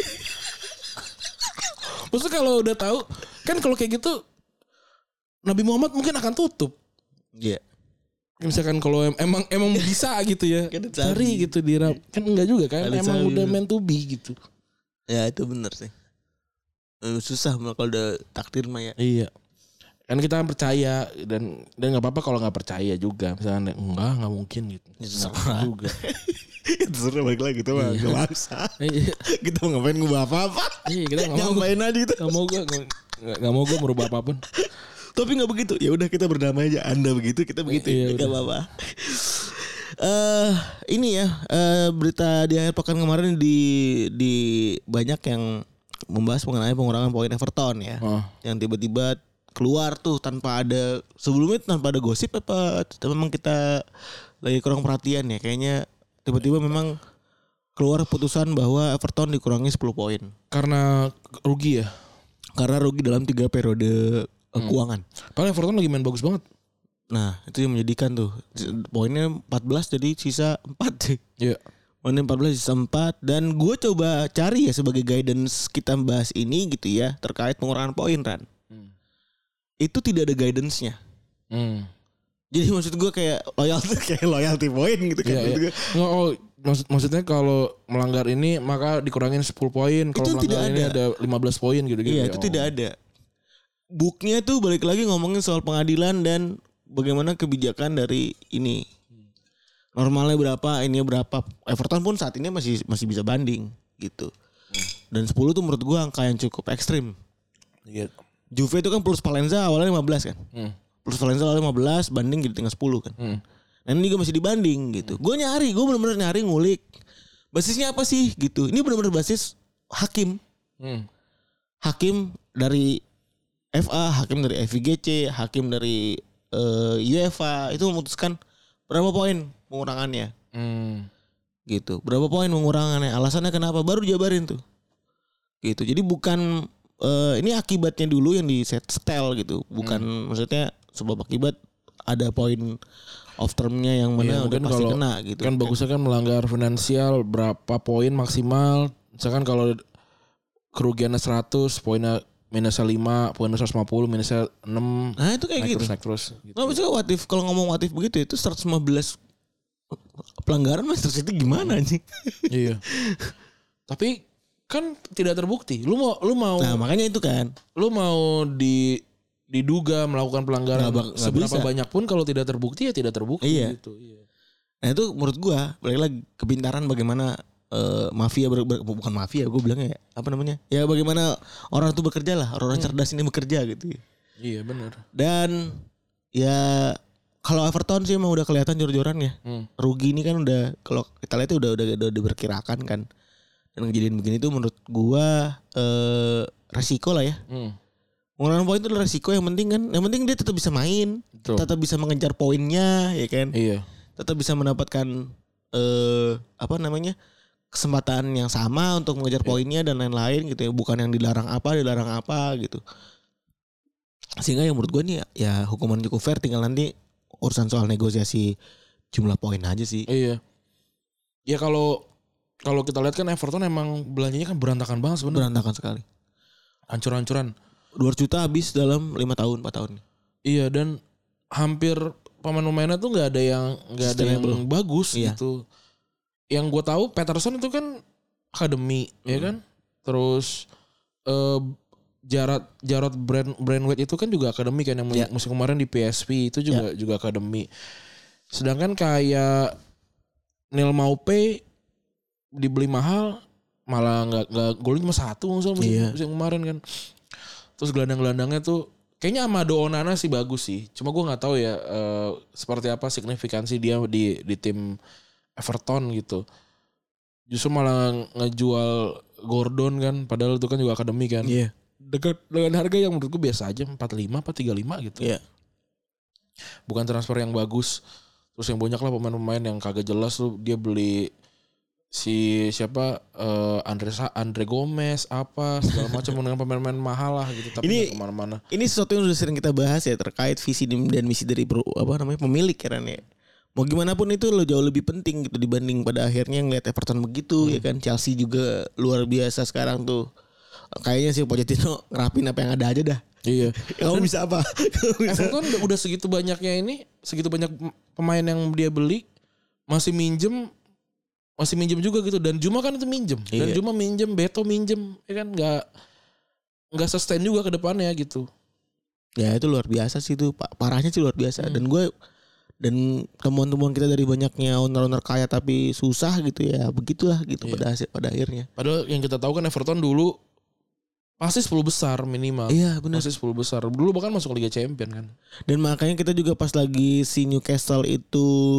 Maksudnya kalau udah tahu kan kalau kayak gitu Nabi Muhammad mungkin akan tutup. Iya. Yeah. Misalkan kalau emang bisa gitu ya. Cari gitu kan enggak juga kan. Emang udah meant to be gitu. Ya itu benar sih. Susah kalau udah takdir mah ya. Iya. Kan kita percaya dan enggak apa-apa kalau enggak percaya juga. Misalkan enggak mungkin gitu. Susah juga. Itu seru balik lagi kita mah gak maksa. Kita mau ngapain ngubah apa-apa. Iya kita gak mau. Ngapain aja gitu. Gak mau gue merubah apapun. Tapi gak begitu. Ya udah kita berdamai aja. Anda begitu kita begitu. Gak apa-apa. Ini ya berita di akhir pekan kemarin di banyak yang membahas mengenai pengurangan poin Everton ya. Yang tiba-tiba keluar tuh tanpa ada sebelumnya tanpa ada gosip apa memang kita lagi kurang perhatian ya. Kayaknya tiba-tiba memang keluar putusan bahwa Everton dikurangi 10 poin. Karena rugi ya? Karena rugi dalam 3 periode keuangan. Padahal Everton lagi main bagus banget. Nah itu yang menyedihkan tuh. Poinnya 14 jadi sisa 4 sih. Iya. Poinnya 14 sisa 4. Dan gue coba cari ya sebagai guidance kita bahas ini gitu ya. Terkait pengurangan poin Ran. Itu tidak ada guidance-nya. Jadi maksud gue kayak loyalty point gitu kan. Iya. Maksudnya kalau melanggar ini maka dikurangin 10 poin. Kalau melanggar ini ada 15 poin gitu. Iya itu tidak ada. Booknya tuh balik lagi ngomongin soal pengadilan dan bagaimana kebijakan dari ini. Normalnya berapa, ini berapa. Everton pun saat ini masih bisa banding gitu. Dan 10 tuh menurut gue angka yang cukup ekstrim. Iya. Juve itu kan plus Valenza awalnya 15 kan. Plus Valenza awalnya 15 banding jadi tinggal 10 kan. Nah ini juga masih dibanding gitu. Gue bener-bener nyari ngulik. Basisnya apa sih gitu. Ini bener-bener basis hakim. Hakim dari FA, hakim dari FIGC, hakim dari UEFA itu memutuskan berapa poin pengurangannya. Gitu. Berapa poin pengurangannya? Alasannya kenapa? Baru dijabarin tuh. Gitu. Jadi bukan ini akibatnya dulu yang di setel gitu. Bukan maksudnya sebab akibat ada poin off termnya yang mana udah pasti kena gitu. Kan bagusnya kan melanggar finansial berapa poin maksimal. Misalkan kalau kerugiannya 100, poinnya minusnya 5, poinnya 150, minusnya 6. Nah itu kayak gitu. Naik terus. Gitu. Nah maksudnya kalau ngomong what if begitu itu 115 pelanggaran Manchester City gimana anjing? Iya. Tapi kan tidak terbukti. Lu mau Nah, makanya itu kan. Lu mau diduga melakukan pelanggaran seberapa bisa. Banyak pun kalau tidak terbukti ya tidak terbukti gitu. Iya. Nah, itu menurut gua balik lagi kepintaran bagaimana mafia bukan mafia gue bilangnya ya, apa namanya? Ya bagaimana orang itu bekerja lah, orang cerdas ini bekerja gitu. Iya, benar. Dan ya kalau Everton sih emang udah kelihatan jor-joran ya. Rugi ini kan udah kalau kita lihat udah diperkirakan kan. Dan kejadian begini tuh menurut gua resiko lah ya. Pengurangan poin itu adalah resiko yang penting kan. Yang penting dia tetap bisa main, tetap bisa mengejar poinnya ya kan. Iya. Tetap bisa mendapatkan kesempatan yang sama untuk mengejar poinnya dan lain-lain gitu ya. Bukan yang dilarang apa gitu. Sehingga yang menurut gua nih ya hukuman cukup fair, tinggal nanti urusan soal negosiasi jumlah poin aja sih. Iya. Ya kalau kita lihat kan Everton emang belanjanya kan berantakan banget sebenarnya. Berantakan sekali. Hancur-hancuran. 200 juta habis dalam 5 tahun 4 tahun. Iya, dan hampir pemain-pemainnya tuh nggak ada yang bagus gitu. Yang gue tahu Peterson itu kan akademi, ya kan. Terus Jarrod Brandwaite itu kan juga akademi kan yang musim kemarin di PSV itu juga akademi. Sedangkan kayak Neil Maupay dibeli mahal malah nggak golin cuma 1 musim kemarin kan. Terus gelandang-gelandangnya tuh kayaknya Amado Onana sih bagus sih. Cuma gue nggak tahu ya seperti apa signifikansi dia di tim Everton gitu. Justru malah ngejual Gordon kan, padahal itu kan juga akademi kan. Iya. Dengan harga yang menurutku biasa aja, 45 apa 35 gitu. Iya. Bukan transfer yang bagus. Terus yang banyak lah pemain-pemain yang kagak jelas tuh dia beli si siapa Andre Gomez apa segala macam dengan pemain-pemain mahal lah gitu, tapi nggak kemana-mana. Ini sesuatu yang sudah sering kita bahas ya terkait visi dan misi dari pemilik kan ya. Mau gimana pun itu lo jauh lebih penting gitu dibanding pada akhirnya ngeliat Everton begitu ya kan. Chelsea juga luar biasa sekarang tuh. Kayaknya sih Pochettino ngerapin apa yang ada aja dah. Iya. Kamu bisa apa? Everton udah segitu banyaknya segitu banyak pemain yang dia beli masih minjem juga gitu. Dan Juma kan itu minjem. Dan Juma minjem, Beto minjem, ya kan nggak sustain juga ke depannya gitu. Ya itu luar biasa sih itu, parahnya sih luar biasa. Dan temuan-temuan kita dari banyaknya owner-owner kaya tapi susah gitu ya, begitulah gitu pada akhirnya. Padahal yang kita tahu kan Everton dulu pasti 10 besar minimal. Iya benar. Pasti 10 besar. Dulu bahkan masuk Liga Champion kan. Dan makanya kita juga pas lagi si Newcastle itu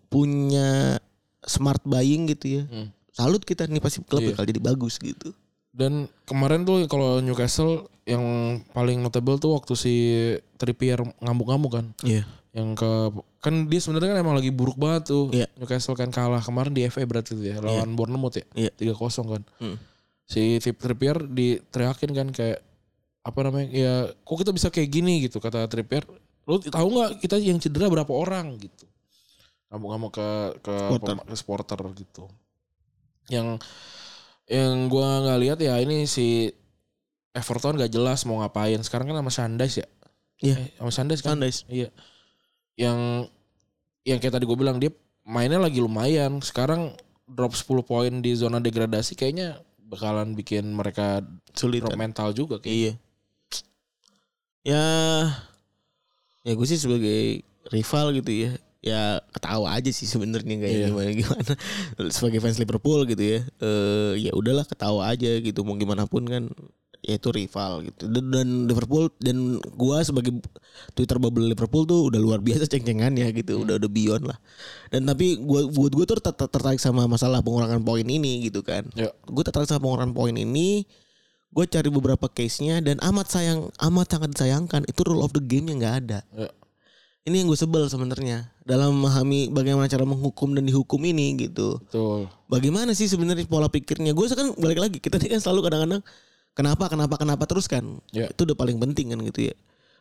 punya smart buying gitu ya. Salut kita nih pasti klub bakal jadi bagus gitu. Dan kemarin tuh kalau Newcastle yang paling notable tuh waktu si Trippier ngamuk-ngamuk kan. Iya. Yang kan dia sebenarnya kan emang lagi buruk banget tuh. Newcastle kan kalah kemarin di FA berarti tuh ya lawan Bournemouth ya. 3-0 kan. Si Trippier diteriakin kan kayak apa namanya? Ya kok kita bisa kayak gini gitu kata Trippier. Lu tahu enggak kita yang cedera berapa orang gitu. Ngamuk-ngamuk ke supporter gitu. Yang gua nggak lihat ya ini si Everton gak jelas mau ngapain. Sekarang kan sama Sandais ya. Iya. Sama Sandais kan. Sandais. Iya. Yang kayak tadi gue bilang dia mainnya lagi lumayan. Sekarang drop 10 poin di zona degradasi kayaknya bakalan bikin mereka sulit drop mental juga kayaknya. Iya. Ya gue sih sebagai rival gitu ya. Ya ketawa aja sih sebenarnya kayak gimana sebagai fans Liverpool gitu ya. Ya udahlah ketawa aja gitu mau gimana pun kan ya itu rival gitu. Dan Liverpool dan gua sebagai Twitter bubble Liverpool tuh udah luar biasa ceng-cengannya gitu. Udah beyond lah. Dan tapi gua tuh tertarik sama masalah pengurangan poin ini gitu kan. Gua tertarik sama pengurangan poin ini. Gue cari beberapa case-nya dan amat sangat disayangkan itu rule of the game-nya nggak ada. Ini yang gue sebel sebenarnya dalam memahami bagaimana cara menghukum dan dihukum ini gitu. Betul. Bagaimana sih sebenarnya pola pikirnya? Gue kan balik lagi kita kan selalu kadang-kadang kenapa terus kan? Itu udah paling penting kan gitu ya.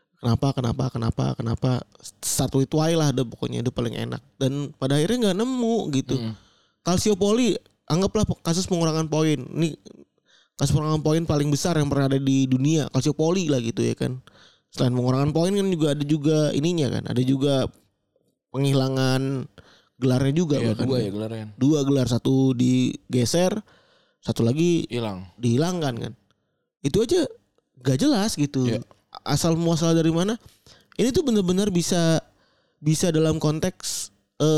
Kenapa satu itu aja lah, pokoknya itu paling enak. Dan pada akhirnya nggak nemu gitu. Calciopoli anggaplah kasus pengurangan poin. Ini kasus pengurangan poin paling besar yang pernah ada di dunia. Calciopoli lah gitu ya kan. Selain pengurangan poin kan juga ada juga ininya kan. Ada juga penghilangan gelarnya juga. Iya, dua ya gelarnya. 2 gelar, satu digeser, satu lagi dihilangkan kan. Itu aja gak jelas gitu. Asal muasal dari mana? Ini tuh benar-benar bisa dalam konteks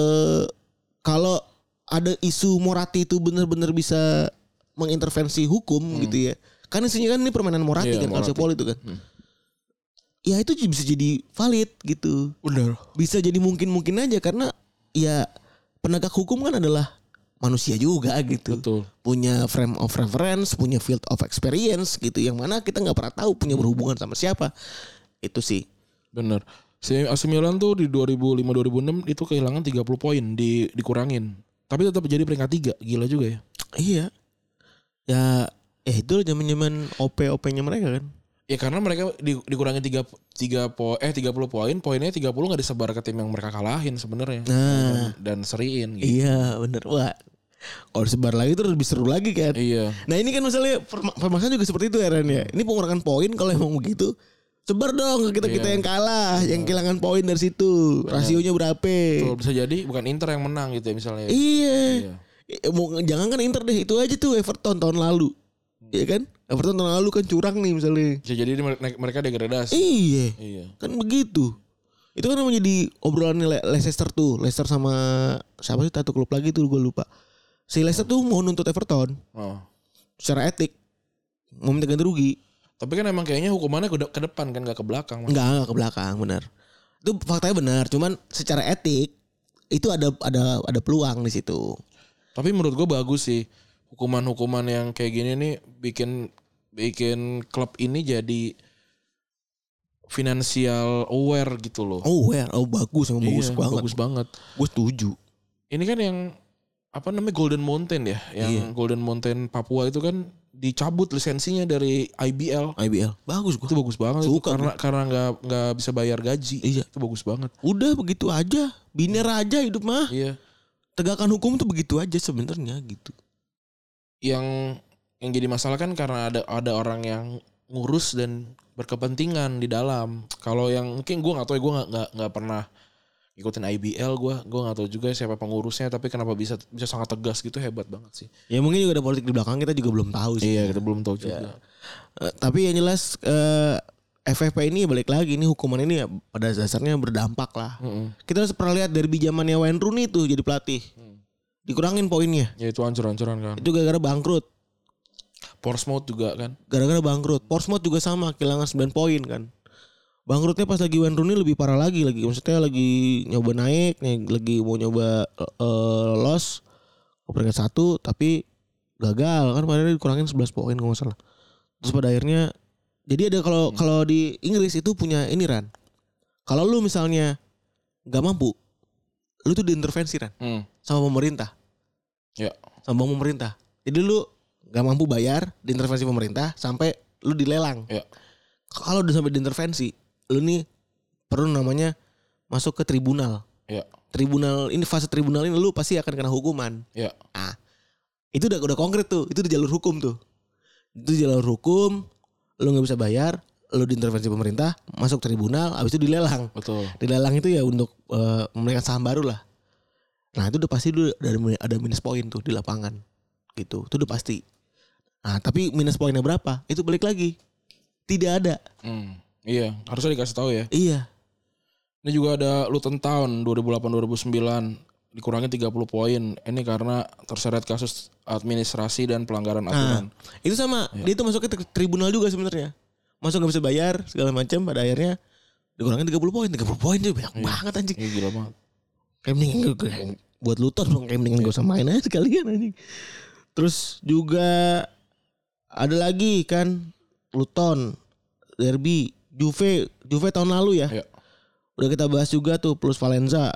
kalau ada isu Moratti itu benar-benar bisa mengintervensi hukum gitu ya. Kan isinya kan ini permainan Moratti kan, Calciopoli itu kan. Ya itu bisa jadi valid gitu. Benar. Bisa jadi mungkin aja karena ya penegak hukum kan adalah manusia juga gitu. Betul. Punya frame of reference, punya field of experience gitu. Yang mana kita nggak pernah tahu punya berhubungan sama siapa. Itu sih. Benar. Si AC Milan tuh di 2005-2006 itu kehilangan 30 poin dikurangin. Tapi tetap jadi peringkat 3. Gila juga ya. Iya. Ya itu zaman-zaman OP-nya mereka kan. Ya karena mereka dikurangin 30 poin, poinnya 30 enggak disebar ke tim yang mereka kalahin sebenarnya. Dan seriin gitu. Iya, benar. Wah. Kalau disebar lagi terus lebih seru lagi kan. Iya. Nah, ini kan misalnya permasalahan juga seperti itu ya Ren ya. Ini pengurangan poin kalau emang begitu sebar dong ke kita yang kalah, yang kehilangan poin dari situ. Rasionya berapa? Betul, bisa jadi bukan Inter yang menang gitu ya misalnya. Iya. Jangan kan Inter deh, itu aja tuh Everton tahun lalu. Iya kan? Everton tahun lalu kan curang nih misalnya. Bisa jadi mereka degradasi. Iya. Kan begitu. Itu kan menjadi obrolan Leicester tuh. Leicester sama siapa sih satu klub lagi tuh gue lupa. Si Leicester tuh mau nuntut Everton. Secara etik. Mau minta ganti rugi. Tapi kan emang kayaknya hukumannya ke depan kan, gak ke belakang. Enggak ke belakang, benar. Itu faktanya benar. Cuman secara etik itu ada peluang di situ. Tapi menurut gue bagus sih. Hukuman-hukuman yang kayak gini nih bikin klub ini jadi financial aware gitu loh. Bagus, bagus banget. Bagus banget. Gue setuju. Ini kan yang apa namanya Golden Mountain ya, yang Golden Mountain Papua itu kan dicabut lisensinya dari IBL. Bagus gue. Itu bagus banget. Suka itu karena nggak bisa bayar gaji. Iya. Itu bagus banget. Udah begitu aja. Biner aja hidup mah. Iya. Tegakkan hukum tuh begitu aja sebenarnya gitu. Yang jadi masalah kan karena ada orang yang ngurus dan berkepentingan di dalam. Kalau yang mungkin gue nggak tahu ya, gue nggak pernah ikutin IBL, gue nggak tahu juga siapa pengurusnya, tapi kenapa bisa sangat tegas gitu, hebat banget sih. Ya mungkin juga ada politik di belakang, kita juga belum tahu sih. Iya, kita belum tahu juga. Tapi yang jelas FFP ini balik lagi, ini hukuman ini ya pada dasarnya berdampak lah. Kita pernah lihat dari zamannya Wayne Rooney tuh jadi pelatih. Dikurangin poinnya. Ya itu hancur-hancuran kan. Itu gara-gara bangkrut. Portsmouth juga kan. Gara-gara bangkrut. Portsmouth juga sama, kehilangan 9 poin kan. Bangkrutnya pas lagi Wayne Rooney lebih parah lagi maksudnya lagi nyoba naik nih, lagi mau nyoba lolos ke peringkat 1 tapi gagal kan, padahal dikurangin 11 poin kalau nggak salah. Terus pada akhirnya jadi ada kalau di Inggris itu punya ini Ran. Kalau lu misalnya nggak mampu, lu tuh diintervensi Ran sama pemerintah. Ya. Sama pemerintah. Jadi lu nggak mampu bayar, diintervensi pemerintah sampai lu dilelang. Ya. Kalau udah sampai diintervensi, lu nih perlu namanya masuk ke tribunal. Ya. Tribunal ini, fase tribunal ini lu pasti akan kena hukuman. Ya. Ah, itu udah konkret tuh, itu di jalur hukum tuh. Itu jalur hukum, lu nggak bisa bayar, lu diintervensi pemerintah, masuk tribunal, habis itu dilelang. Betul. Dilelang itu ya untuk memberikan saham baru lah. Nah itu udah pasti ada minus poin tuh di lapangan, gitu. Itu udah pasti. Nah tapi minus poinnya berapa? Itu balik lagi, tidak ada. Iya, harusnya dikasih tahu ya. Iya. Ini juga ada Luton Town 2008-2009 dikurangi 30 poin. Ini karena terseret kasus administrasi dan pelanggaran aturan. Itu sama, dia itu masuknya ke tribunal juga sebenarnya. Masuk nggak bisa bayar segala macam, pada akhirnya dikurangin 30 poin. 30 poin tuh banyak banget anjing. Iya gila banget. Kayak mendingan gue buat Luton dong, kayak mendingan gue sama main aja sekalian anjing. Terus juga ada lagi kan Luton, Derby, Juve tahun lalu ya. Udah kita bahas juga tuh, plus Valencia.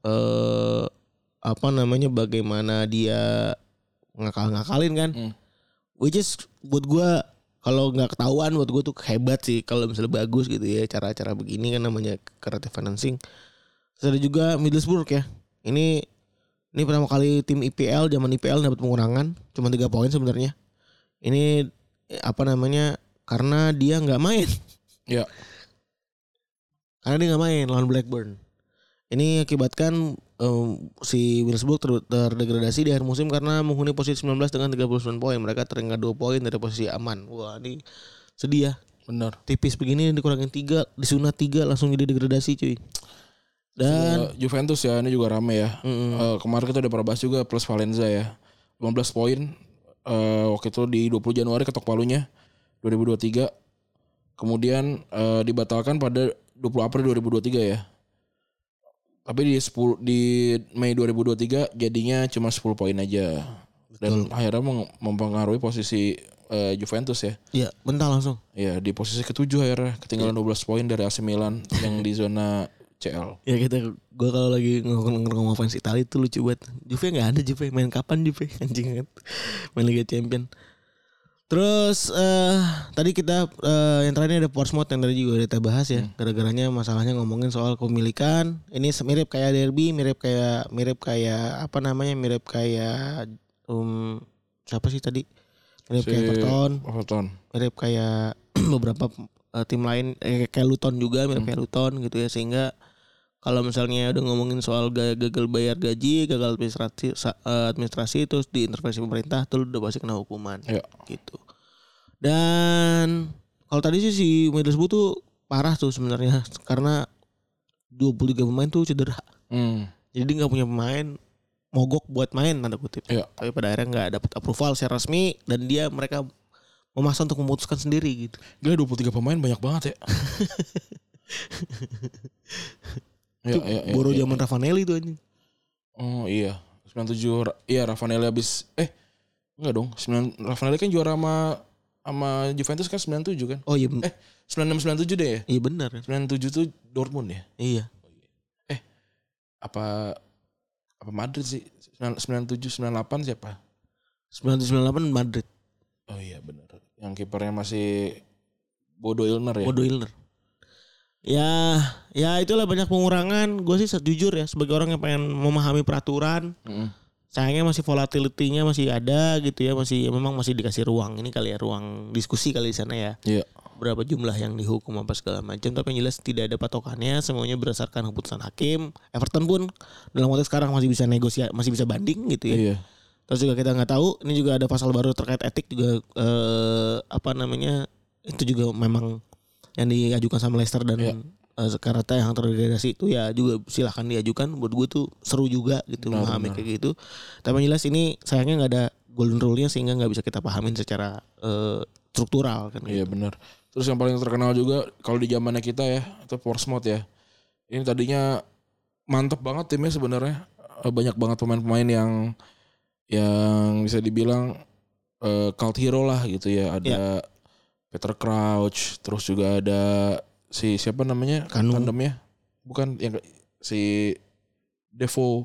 Bagaimana dia ngakalin kan. Which is buat gue, kalau nggak ketahuan buat gue tuh hebat sih kalau misalnya bagus gitu ya cara-cara begini kan, namanya creative financing. Terus ada juga Middlesbrough ya. Ini pertama kali tim IPL, zaman IPL dapat pengurangan cuma 3 poin sebenarnya. Ini karena dia nggak main. Ya. Karena dia nggak main lawan Blackburn. Ini akibatkan si Middlesbrough terdegradasi di akhir musim karena menghuni posisi 19 dengan 39 poin. Mereka tertinggal 2 poin dari posisi aman. Wah, ini sedih ya. Benar. Tipis begini dikurangin 3, disunat 3 langsung jadi degradasi cuy. Dan Juventus ya, ini juga rame ya. Kemarin kita udah pernah bahas juga, plus Valencia ya. 15 poin waktu itu di 20 Januari ketok palunya 2023. Kemudian dibatalkan pada 20 April 2023 ya. Tapi di Mei 2023 jadinya cuma 10 poin aja. Dan akhirnya mempengaruhi posisi Juventus ya. Iya, bentar langsung. Iya, di posisi ke-7 akhirnya ketinggalan 12 poin dari AC Milan yang di zona CL. Ya gue kalau lagi ngomong fans Italia itu lucu banget. Juve nggak ada, Juve main kapan Juve anjing kan, main Liga Champion. Terus tadi kita yang terakhir ada Portsmouth yang tadi juga udah kita bahas ya. Gara-garanya masalahnya ngomongin soal kepemilikan. Ini mirip kayak Derby, mirip kayak siapa sih tadi? Mirip kayak Everton. Mirip kayak beberapa tim lain kayak Luton juga, mirip kayak Luton gitu ya, sehingga kalau misalnya udah ngomongin soal gagal bayar gaji, gagal administrasi terus diintervensi pemerintah, tuh udah pasti kena hukuman. Ya. Gitu. Dan kalau tadi sih si Middlesbrough tuh parah tuh sebenarnya karena 23 pemain tuh cedera. Jadi nggak punya pemain, mogok buat main tanda kutip. Ya. Tapi pada akhirnya nggak dapat approval secara resmi dan mereka memaksa untuk memutuskan sendiri gitu. Gila 23 pemain banyak banget ya. Baru zaman Ravanelli tuh anjing. Oh iya, 97. Iya, Ravanelli habis enggak dong. Ravanelli kan juara sama Juventus kan 97 kan? Oh iya. 96 97 deh ya? Iya benar. 97 tuh Dortmund ya? Iya. Apa Madrid sih? 97 98 siapa? 97 98 Madrid. Oh iya benar. Yang kipernya masih Bodo Illner ya? Bodo Illner. Ya itulah banyak pengurangan. Gue sih jujur ya sebagai orang yang pengen memahami peraturan. Sayangnya masih volatility-nya masih ada gitu ya, memang masih dikasih ruang ini kali ya, ruang diskusi kali di sana ya. Iya. Berapa jumlah yang dihukum apa segala macam, tapi yang jelas tidak ada patokannya, semuanya berdasarkan keputusan hakim. Everton pun dalam konteks sekarang masih bisa negosiasi, masih bisa banding gitu ya. Iya. Terus juga kita nggak tahu, ini juga ada pasal baru terkait etik juga itu juga memang yang diajukan sama Leicester dan Jakarta yang terdegradasi itu ya juga silahkan diajukan. Buat gue tuh seru juga gitu memahami kayak gitu. Tapi yang jelas ini sayangnya nggak ada golden rule-nya sehingga nggak bisa kita pahamin secara struktural kan. Iya gitu. benar. Terus yang paling terkenal juga kalau di zamannya kita ya, itu Portsmouth ya. Ini tadinya mantep banget timnya sebenarnya. Banyak banget pemain-pemain yang bisa dibilang cult hero lah gitu ya. Ada Peter Crouch, terus juga ada si siapa namanya? Tandemnya. Bukan yang si Defoe,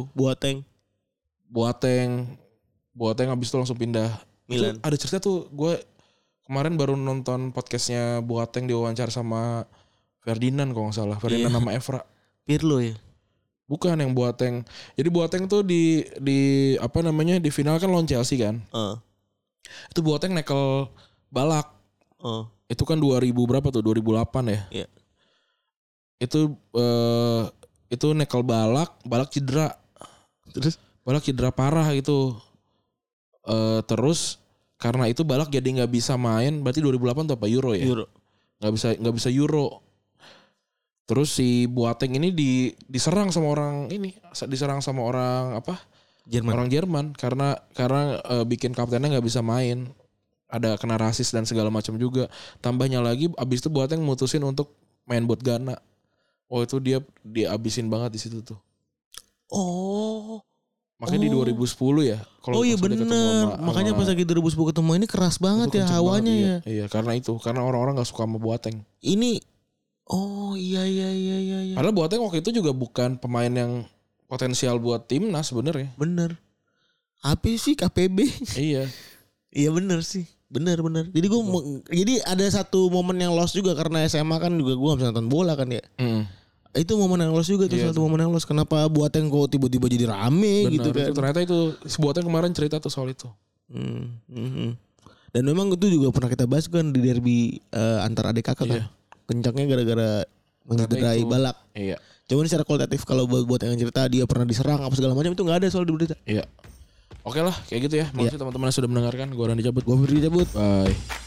Boateng habis itu langsung pindah Milan. Itu ada cerita tuh, gue kemarin baru nonton podcastnya Boateng diwawancara sama Ferdinand kalau nggak salah. Ferdinand nama Evra. Pirlo ya? Bukan yang Boateng. Jadi Boateng tuh di apa namanya di final kan lawan Chelsea kan. Itu Boateng nekel balak. Itu kan 2000 berapa tuh? 2008 ya. Iya. Itu nekel balak cedera. Terus balak cedera parah gitu. Terus karena itu balak jadi nggak bisa main. Berarti 2008 tuh apa Euro ya? Euro. Nggak bisa Euro. Terus si Boateng ini diserang sama orang apa? Orang Jerman karena bikin kaptennya nggak bisa main. Ada kena rasis dan segala macam juga. Tambahnya lagi abis itu Boateng mutusin untuk main buat Ghana. Oh itu dia abisin banget di situ tuh. Makanya di 2010 ya. Iya benar. Makanya pas lagi 2010 ketemu ini keras banget ya hawanya banget, ya. Iya karena orang-orang nggak suka sama Boateng. Ini iya. Padahal Boateng waktu itu juga bukan pemain yang potensial buat timnas sebenarnya. Bener. Apa sih KPB? Iya. Iya bener sih. Bener. Jadi jadi ada satu momen yang lost juga karena SMA kan juga gue gak bisa nonton bola kan ya. Itu momen yang lost juga tuh, satu momen yang lost. Kenapa Boateng kok tiba-tiba jadi rame gitu kan. Ternyata itu si Boateng kemarin cerita tuh soal itu. Dan memang itu juga pernah kita bahas kan di derby antar adik kakak kan. Kencangnya gara-gara mencederai balak. Iya. Cuman secara kualitatif kalau buat yang cerita dia pernah diserang apa segala macam itu nggak ada soal di berita. Iya. Oke lah kayak gitu ya. Makasih teman-teman yang sudah mendengarkan. Gue Randy cabut. Gue Firdy cabut. Bye.